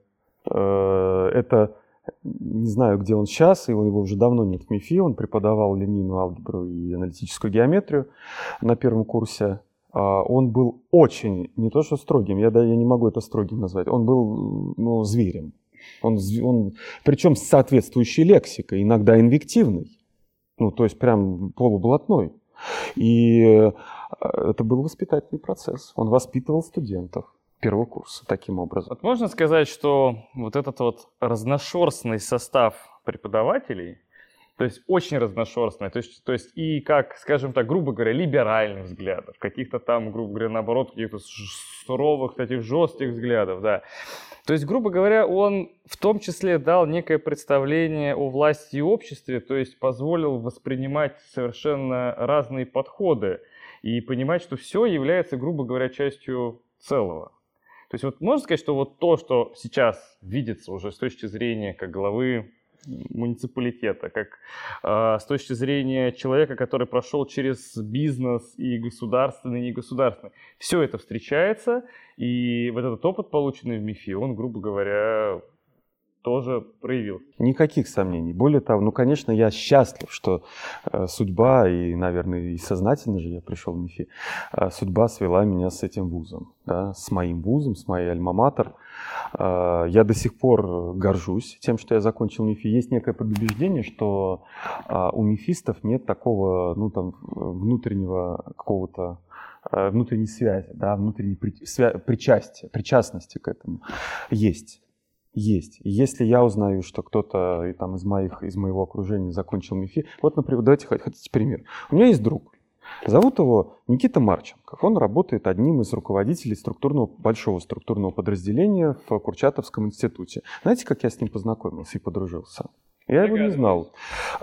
Э, это, не знаю, где он сейчас, его, его уже давно нет в МИФИ. Он преподавал линейную алгебру и аналитическую геометрию на первом курсе. Он был очень, не то что строгим, я, да, я не могу это строгим назвать, он был, ну, зверем. Он, он, причем с соответствующей лексикой, иногда инвективной, ну, то есть прям полублатной. И это был воспитательный процесс. Он воспитывал студентов первого курса таким образом. Вот можно сказать, что вот этот вот разношерстный состав преподавателей, то есть очень разношерстная, то есть, то есть и как, скажем так, грубо говоря, либеральных взглядов, каких-то там, грубо говоря, наоборот, каких-то суровых, таких жестких взглядов, да. То есть, грубо говоря, он в том числе дал некое представление о власти и обществе, то есть позволил воспринимать совершенно разные подходы и понимать, что все является, грубо говоря, частью целого. То есть вот можно сказать, что вот то, что сейчас видится уже с точки зрения как главы муниципалитета, как э, с точки зрения человека, который прошел через бизнес и государственный, и негосударственный. Все это встречается, и вот этот опыт, полученный в МИФИ, он, грубо говоря, тоже проявил. Никаких сомнений. Более того, ну, конечно, я счастлив, что э, судьба, и, наверное, и сознательно же я пришел в МИФИ, э, судьба свела меня с этим вузом, да, с моим вузом, с моей альма-матер. Э, я до сих пор горжусь тем, что я закончил МИФИ. Есть некое предубеждение, что э, у мифистов нет такого, ну, там, внутреннего какого-то э, внутренней связи, да, внутренней при, свя, причастия, причастности к этому есть. Есть. И если я узнаю, что кто-то и там из, моих, из моего окружения закончил МИФИ, вот, например, давайте хотите пример. У меня есть друг, зовут его Никита Марченков. Он работает одним из руководителей структурного, большого структурного подразделения в Курчатовском институте. Знаете, как я с ним познакомился и подружился? Я его не знал.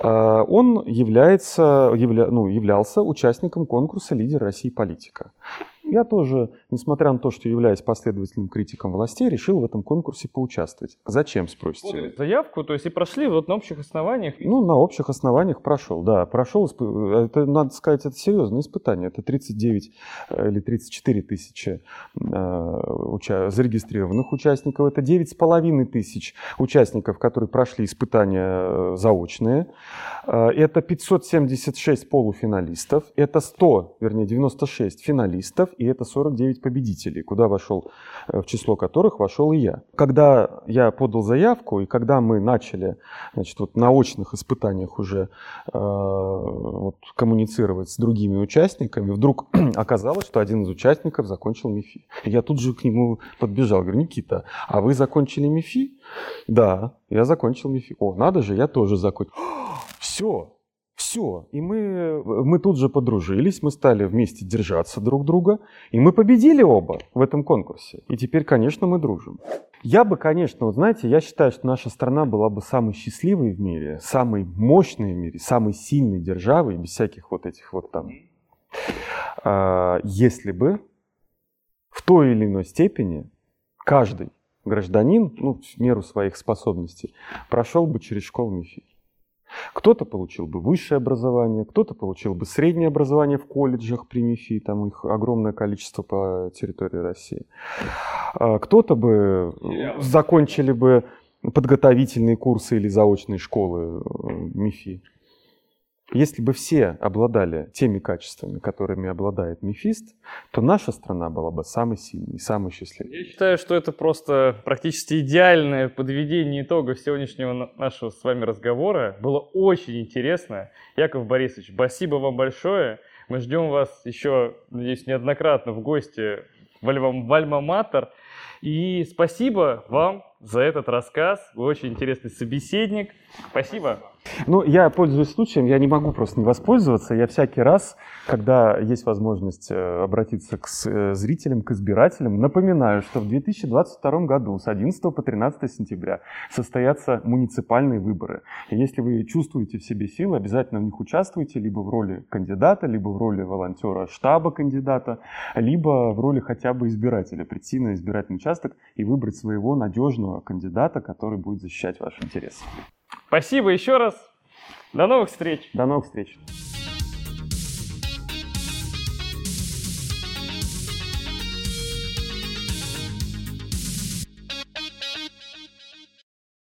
Он является, явля, ну, являлся участником конкурса «Лидер России политика». Я тоже несмотря на то, что являюсь последовательным критиком властей, решил в этом конкурсе поучаствовать. Зачем, спросите? Подали заявку, то есть и прошли вот на общих основаниях? Ну, на общих основаниях прошел, да. Прошел, это, надо сказать, это серьезное испытание. Это тридцать девять или тридцать четыре тысячи э, уча- зарегистрированных участников. Это девять с половиной тысяч участников, которые прошли испытания заочные. Это пятьсот семьдесят шесть полуфиналистов. Это сто, вернее, девяносто шесть финалистов. И это сорок девять победителей, куда вошел, в число которых вошел и я. Когда я подал заявку, и когда мы начали, значит, вот на очных испытаниях уже э, вот, коммуницировать с другими участниками, вдруг оказалось, что один из участников закончил МИФИ. И я тут же к нему подбежал, говорю: Никита, а вы закончили МИФИ? Да, я закончил МИФИ. О, надо же, я тоже закончил. Все. Все, и мы, мы тут же подружились, мы стали вместе держаться друг друга, и мы победили оба в этом конкурсе. И теперь, конечно, мы дружим. Я бы, конечно, вот знаете, я считаю, что наша страна была бы самой счастливой в мире, самой мощной в мире, самой сильной державой, без всяких вот этих вот там, если бы в той или иной степени каждый гражданин, ну, в меру своих способностей, прошел бы через школу МИФИ. Кто-то получил бы высшее образование, кто-то получил бы среднее образование в колледжах при МИФИ, там их огромное количество по территории России. Кто-то бы закончили бы подготовительные курсы или заочные школы МИФИ. Если бы все обладали теми качествами, которыми обладает МИФИст, то наша страна была бы самой сильной и самой счастливой. Я считаю, что это просто практически идеальное подведение итогов сегодняшнего нашего с вами разговора. Было очень интересно. Яков Борисович, спасибо вам большое. Мы ждем вас еще, надеюсь, неоднократно в гости в Альма-Матер. И спасибо вам за этот рассказ. Вы очень интересный собеседник. Спасибо. Ну, я пользуюсь случаем, я не могу просто не воспользоваться. Я всякий раз, когда есть возможность обратиться к зрителям, к избирателям, напоминаю, что в две тысячи двадцать втором году с одиннадцатого по тринадцатое сентября состоятся муниципальные выборы. И если вы чувствуете в себе силы, обязательно в них участвуйте, либо в роли кандидата, либо в роли волонтера штаба кандидата, либо в роли хотя бы избирателя. Прийти на избирательный участок и выбрать своего надежного кандидата, который будет защищать ваши интересы. Спасибо еще раз. До новых встреч. До новых встреч.